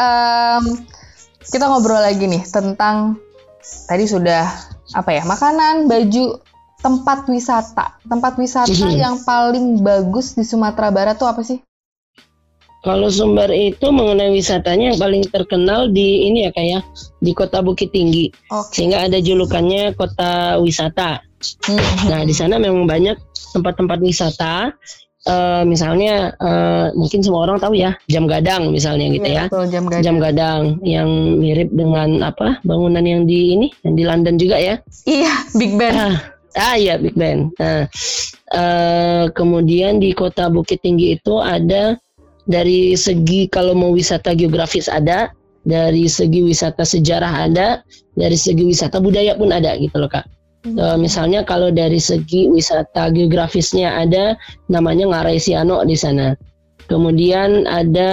kita ngobrol lagi nih tentang tadi sudah makanan, baju, tempat wisata. Tempat wisata yang paling bagus di Sumatera Barat tuh apa sih? Kalau Sumbar itu mengenai wisatanya yang paling terkenal di ini ya kayak di Kota Bukit Tinggi. Sehingga ada julukannya Kota Wisata. Nah, di sana memang banyak tempat-tempat wisata. Misalnya mungkin semua orang tahu ya, Jam Gadang misalnya gitu ya. Betul, Jam Gadang yang mirip dengan bangunan yang di London juga ya. Iya, Big Ben. Iya, Big Ben. Nah, kemudian di Kota Bukit Tinggi itu ada dari segi kalau mau wisata geografis ada, dari segi wisata sejarah ada, dari segi wisata budaya pun ada gitu loh Kak. Misalnya kalau dari segi wisata geografisnya ada namanya Ngarai Siano di sana. Kemudian ada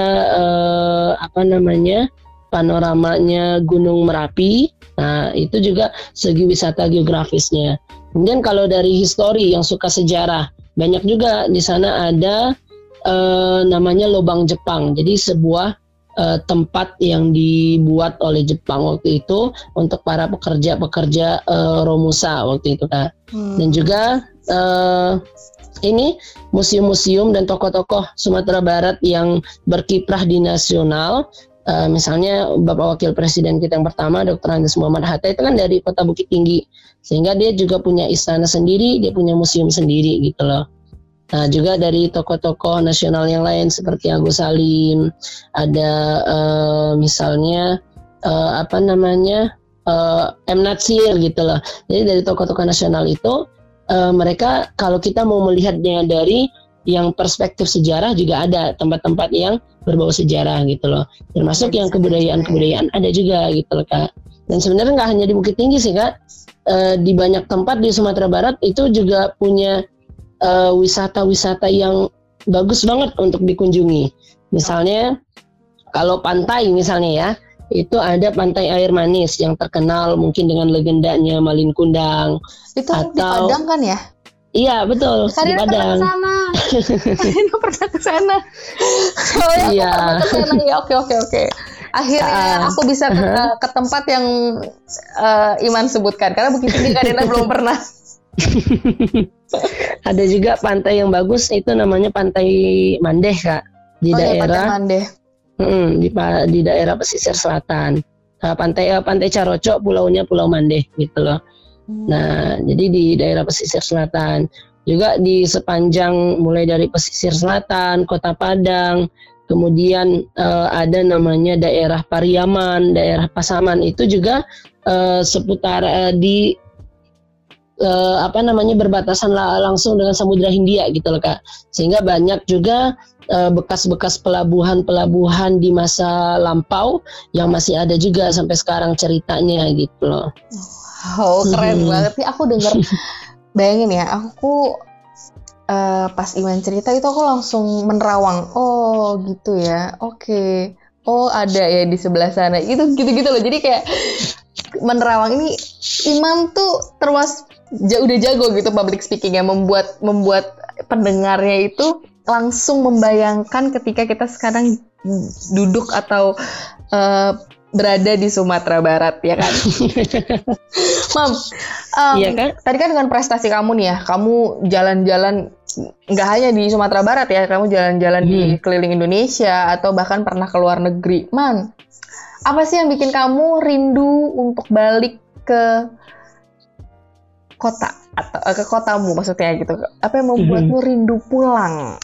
panoramanya Gunung Merapi. Nah, itu juga segi wisata geografisnya. Kemudian kalau dari histori yang suka sejarah, banyak juga di sana ada namanya Lobang Jepang. Jadi sebuah tempat yang dibuat oleh Jepang waktu itu untuk para pekerja-pekerja Romusa waktu itu Kak. Dan juga ini museum-museum dan tokoh-tokoh Sumatera Barat yang berkiprah di nasional Misalnya Bapak Wakil Presiden kita yang pertama, Dr. Andes Muhammad Hatta, itu kan dari Kota Bukit Tinggi, sehingga dia juga punya istana sendiri, dia punya museum sendiri gitu loh. Nah, juga dari tokoh-tokoh nasional yang lain seperti Agus Salim, ada misalnya M. Natsir gitu loh. Jadi dari tokoh-tokoh nasional itu mereka, kalau kita mau melihatnya dari yang perspektif sejarah, juga ada tempat-tempat yang berbau sejarah gitu loh. Termasuk yang kebudayaan ada juga gitu loh Kak. Dan sebenarnya nggak hanya di Bukit Tinggi sih Kak, di banyak tempat di Sumatera Barat itu juga punya wisata-wisata yang bagus banget untuk dikunjungi. Misalnya kalau pantai misalnya ya, itu ada Pantai Air Manis yang terkenal mungkin dengan legendanya Malin Kundang. Itu di Padang kan ya? Iya betul, di Padang. Karina pernah ke sana. Iya. Ya, oke. Akhirnya aku bisa ke tempat yang Iman sebutkan, karena Bukit Tinggi Karina belum pernah. Ada juga pantai yang bagus, itu namanya Pantai Mandeh Kak, di daerah Mandeh. Di daerah pesisir selatan. Pantai Carocok, pulaunya Pulau Mandeh gitu loh. Nah, jadi di daerah pesisir selatan. Juga di sepanjang mulai dari pesisir selatan, Kota Padang, kemudian ada namanya daerah Pariaman, daerah Pasaman, itu juga seputar di berbatasan langsung dengan Samudra Hindia gitu loh Kak. Sehingga banyak juga bekas-bekas pelabuhan di masa lampau yang masih ada juga sampai sekarang ceritanya gitu loh. Oh, keren banget nih, aku denger. Bayangin ya, aku pas Iman cerita itu aku langsung menerawang. Oh gitu ya, oke. Oh ada ya di sebelah sana. Itu gitu-gitu loh. Jadi kayak menerawang ini, Iman tuh udah jago gitu public speaking ya, membuat pendengarnya itu langsung membayangkan ketika kita sekarang duduk atau berada di Sumatera Barat ya kan. Mam, iya kan? Tadi kan dengan prestasi kamu nih ya, kamu jalan-jalan nggak hanya di Sumatera Barat ya, kamu jalan-jalan di keliling Indonesia atau bahkan pernah ke luar negeri. Man, apa sih yang bikin kamu rindu untuk balik ke kota atau ke kotamu maksudnya gitu? Apa yang membuatmu rindu pulang?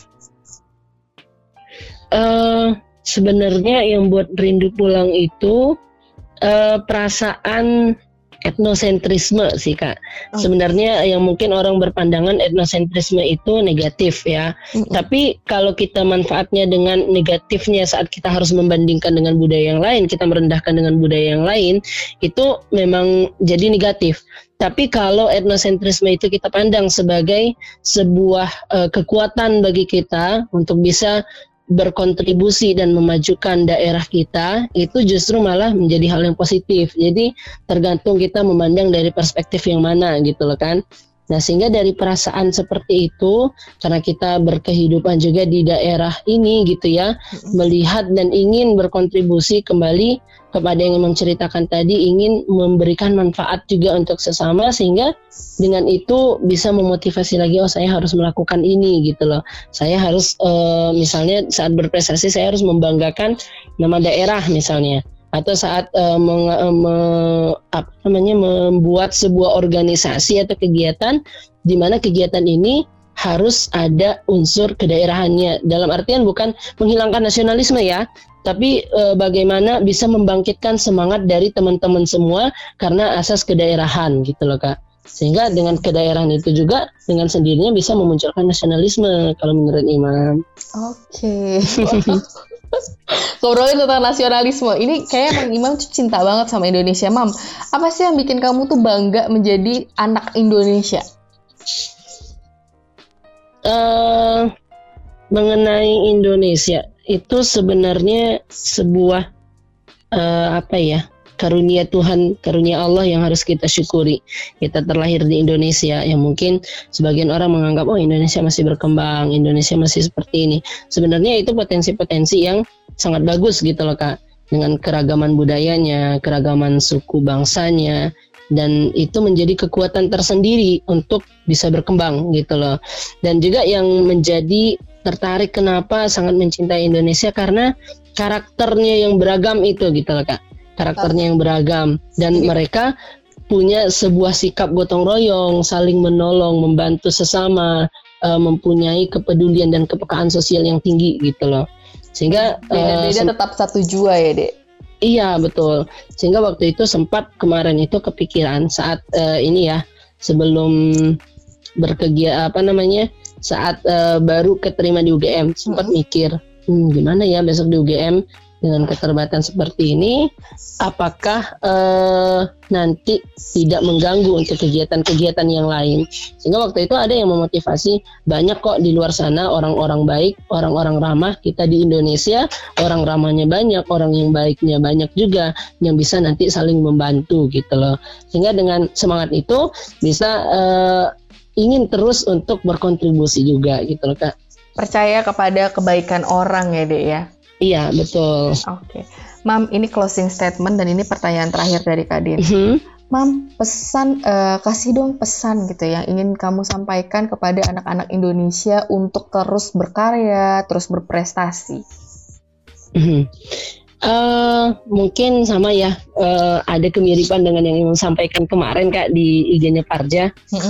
Sebenarnya yang buat rindu pulang itu perasaan etnosentrisme sih Kak. Sebenarnya yang mungkin orang berpandangan etnosentrisme itu negatif ya. Tapi kalau kita manfaatnya dengan negatifnya saat kita harus membandingkan dengan budaya yang lain, kita merendahkan dengan budaya yang lain, itu memang jadi negatif. Tapi kalau etnosentrisme itu kita pandang sebagai sebuah kekuatan bagi kita untuk bisa berkontribusi dan memajukan daerah kita, itu justru malah menjadi hal yang positif. Jadi tergantung kita memandang dari perspektif yang mana gitu loh kan. Nah, sehingga dari perasaan seperti itu, karena kita berkehidupan juga di daerah ini gitu ya, melihat dan ingin berkontribusi kembali kepada yang menceritakan tadi, ingin memberikan manfaat juga untuk sesama, sehingga dengan itu bisa memotivasi lagi, oh saya harus melakukan ini gitu loh. Saya harus misalnya saat berprestasi saya harus membanggakan nama daerah misalnya. Atau saat membuat sebuah organisasi atau kegiatan di mana kegiatan ini harus ada unsur kedaerahannya. Dalam artian bukan menghilangkan nasionalisme ya, tapi bagaimana bisa membangkitkan semangat dari teman-teman semua karena asas kedaerahan gitu loh Kak. Sehingga dengan kedaerahan itu juga dengan sendirinya bisa memunculkan nasionalisme kalau menurut Imam. Oke. Ngobrolin tentang nasionalisme, ini kayak Mang Imam tuh cinta banget sama Indonesia. Mam, apa sih yang bikin kamu tuh bangga menjadi anak Indonesia? Mengenai Indonesia itu sebenarnya sebuah karunia Tuhan, karunia Allah yang harus kita syukuri. Kita terlahir di Indonesia yang mungkin sebagian orang menganggap oh Indonesia masih berkembang, Indonesia masih seperti ini. Sebenarnya itu potensi-potensi yang sangat bagus gitu loh Kak. Dengan keragaman budayanya, keragaman suku bangsanya, dan itu menjadi kekuatan tersendiri untuk bisa berkembang gitu loh. Dan juga yang menjadi tertarik kenapa sangat mencintai Indonesia karena karakternya yang beragam itu gitu loh Kak. Karakternya yang beragam dan mereka punya sebuah sikap gotong royong, saling menolong, membantu sesama, mempunyai kepedulian dan kepekaan sosial yang tinggi gitu loh. Sehingga beda-beda tetap satu jua ya Dek. Iya betul. Sehingga waktu itu sempat kemarin itu kepikiran saat ini ya sebelum saat baru keterima di UGM sempat mikir gimana ya besok di UGM dengan keterbatasan seperti ini, apakah nanti tidak mengganggu untuk kegiatan-kegiatan yang lain. Sehingga waktu itu ada yang memotivasi, banyak kok di luar sana orang-orang baik, orang-orang ramah kita di Indonesia, orang ramahnya banyak, orang yang baiknya banyak juga, yang bisa nanti saling membantu gitu loh. Sehingga dengan semangat itu bisa ingin terus untuk berkontribusi juga gitu loh Kak. Percaya kepada kebaikan orang ya Dek ya? Iya betul. Oke. Mam, ini closing statement dan ini pertanyaan terakhir dari Kak Din. Mam, pesan, kasih dong pesan gitu yang ingin kamu sampaikan kepada anak-anak Indonesia untuk terus berkarya, terus berprestasi. Mungkin sama ya, ada kemiripan dengan yang Imam sampaikan kemarin Kak di IG-nya Parja.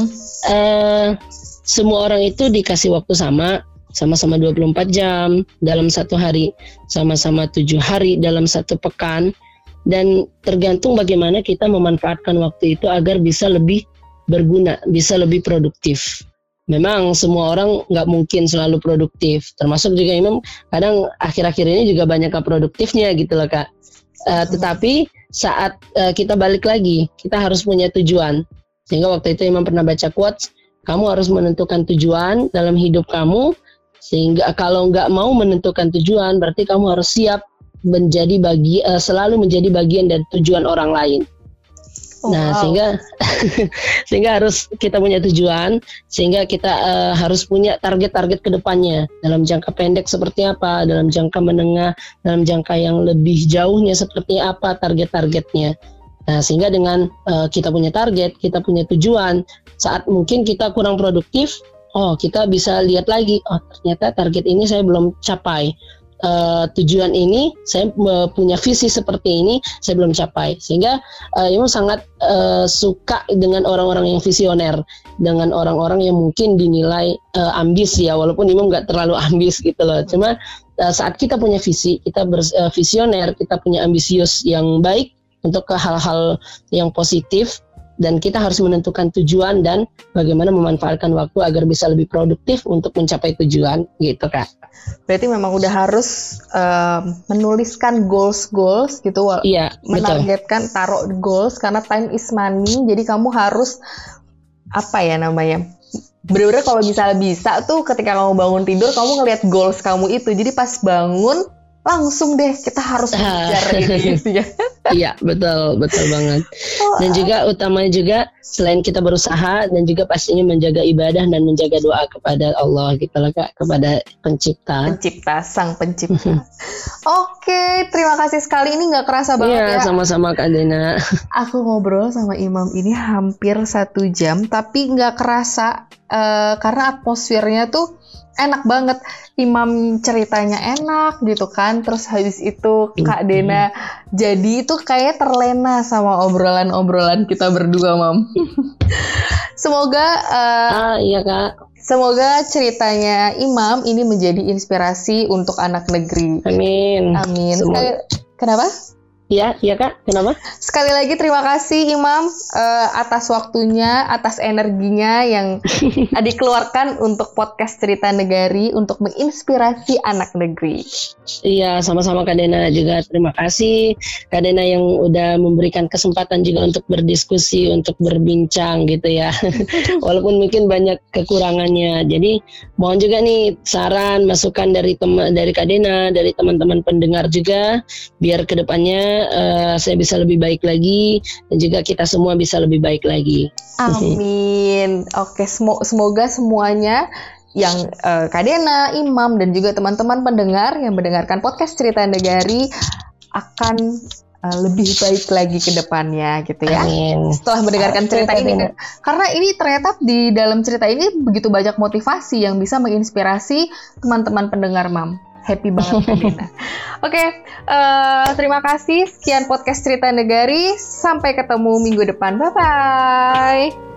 Semua orang itu dikasih waktu sama-sama 24 jam dalam satu hari, sama-sama 7 hari dalam satu pekan, dan tergantung bagaimana kita memanfaatkan waktu itu agar bisa lebih berguna, bisa lebih produktif. Memang semua orang nggak mungkin selalu produktif, termasuk juga Imam kadang akhir-akhir ini juga banyak produktifnya gitu loh Kak. Tetapi saat kita balik lagi, kita harus punya tujuan. Sehingga waktu itu Imam pernah baca quotes, kamu harus menentukan tujuan dalam hidup kamu. Sehingga kalau nggak mau menentukan tujuan, berarti kamu harus siap selalu menjadi bagian dari tujuan orang lain. Sehingga harus kita punya tujuan, sehingga kita harus punya target-target ke depannya. Dalam jangka pendek seperti apa, dalam jangka menengah, dalam jangka yang lebih jauhnya seperti apa target-targetnya. Nah, sehingga dengan kita punya target, kita punya tujuan, saat mungkin kita kurang produktif, kita bisa lihat lagi, ternyata target ini saya belum capai, tujuan ini saya punya visi seperti ini saya belum capai. Sehingga Imam sangat suka dengan orang-orang yang visioner, dengan orang-orang yang mungkin dinilai ambis ya, walaupun Imam nggak terlalu ambis gitu loh. Cuma saat kita punya visi, kita visioner, kita punya ambisius yang baik untuk ke hal-hal yang positif. Dan kita harus menentukan tujuan dan bagaimana memanfaatkan waktu agar bisa lebih produktif untuk mencapai tujuan gitu Kak. Berarti memang udah harus menuliskan goals gitu. Iya, menargetkan, taruh goals karena time is money. Jadi kamu harus bener-bener kalau misalnya bisa tuh ketika kamu bangun tidur kamu ngelihat goals kamu itu. Jadi pas bangun langsung deh kita harus mengejar gitu ya. Iya betul banget. Dan juga utamanya juga selain kita berusaha dan juga pastinya menjaga ibadah dan menjaga doa kepada Allah gitu loh Kak, kepada sang pencipta. Oke, terima kasih sekali, ini nggak kerasa banget ya. Sama-sama Kak Dena. Aku ngobrol sama Imam ini hampir 1 jam tapi nggak kerasa karena atmosfernya tuh enak banget. Imam ceritanya enak gitu kan, terus habis itu Kak Dena jadi itu kayak terlena sama obrolan-obrolan kita berdua Mam. Semoga iya Kak. Semoga ceritanya Imam ini menjadi inspirasi untuk anak negeri. Amin. Kenapa? Iya Kak, kenapa? Sekali lagi terima kasih Imam atas waktunya, atas energinya yang dikeluarkan untuk podcast Cerita Negari untuk menginspirasi anak negeri. Iya, sama-sama Kak Dena juga terima kasih Kak Dena yang udah memberikan kesempatan juga untuk berdiskusi, untuk berbincang gitu ya. Walaupun mungkin banyak kekurangannya. Jadi mohon juga nih saran, masukan dari Kak Dena, dari teman-teman pendengar juga biar kedepannya saya bisa lebih baik lagi dan juga kita semua bisa lebih baik lagi. Amin. Oke, semoga semuanya yang Kak Dena, Imam dan juga teman-teman pendengar yang mendengarkan podcast Cerita Negari akan lebih baik lagi ke depannya gitu ya. Amin. Setelah mendengarkan cerita ini, karena ini ternyata di dalam cerita ini begitu banyak motivasi yang bisa menginspirasi teman-teman pendengar Mam. Happy banget Kak Dena. Oke, terima kasih. Sekian podcast Cerita Negari. Sampai ketemu minggu depan. Bye-bye.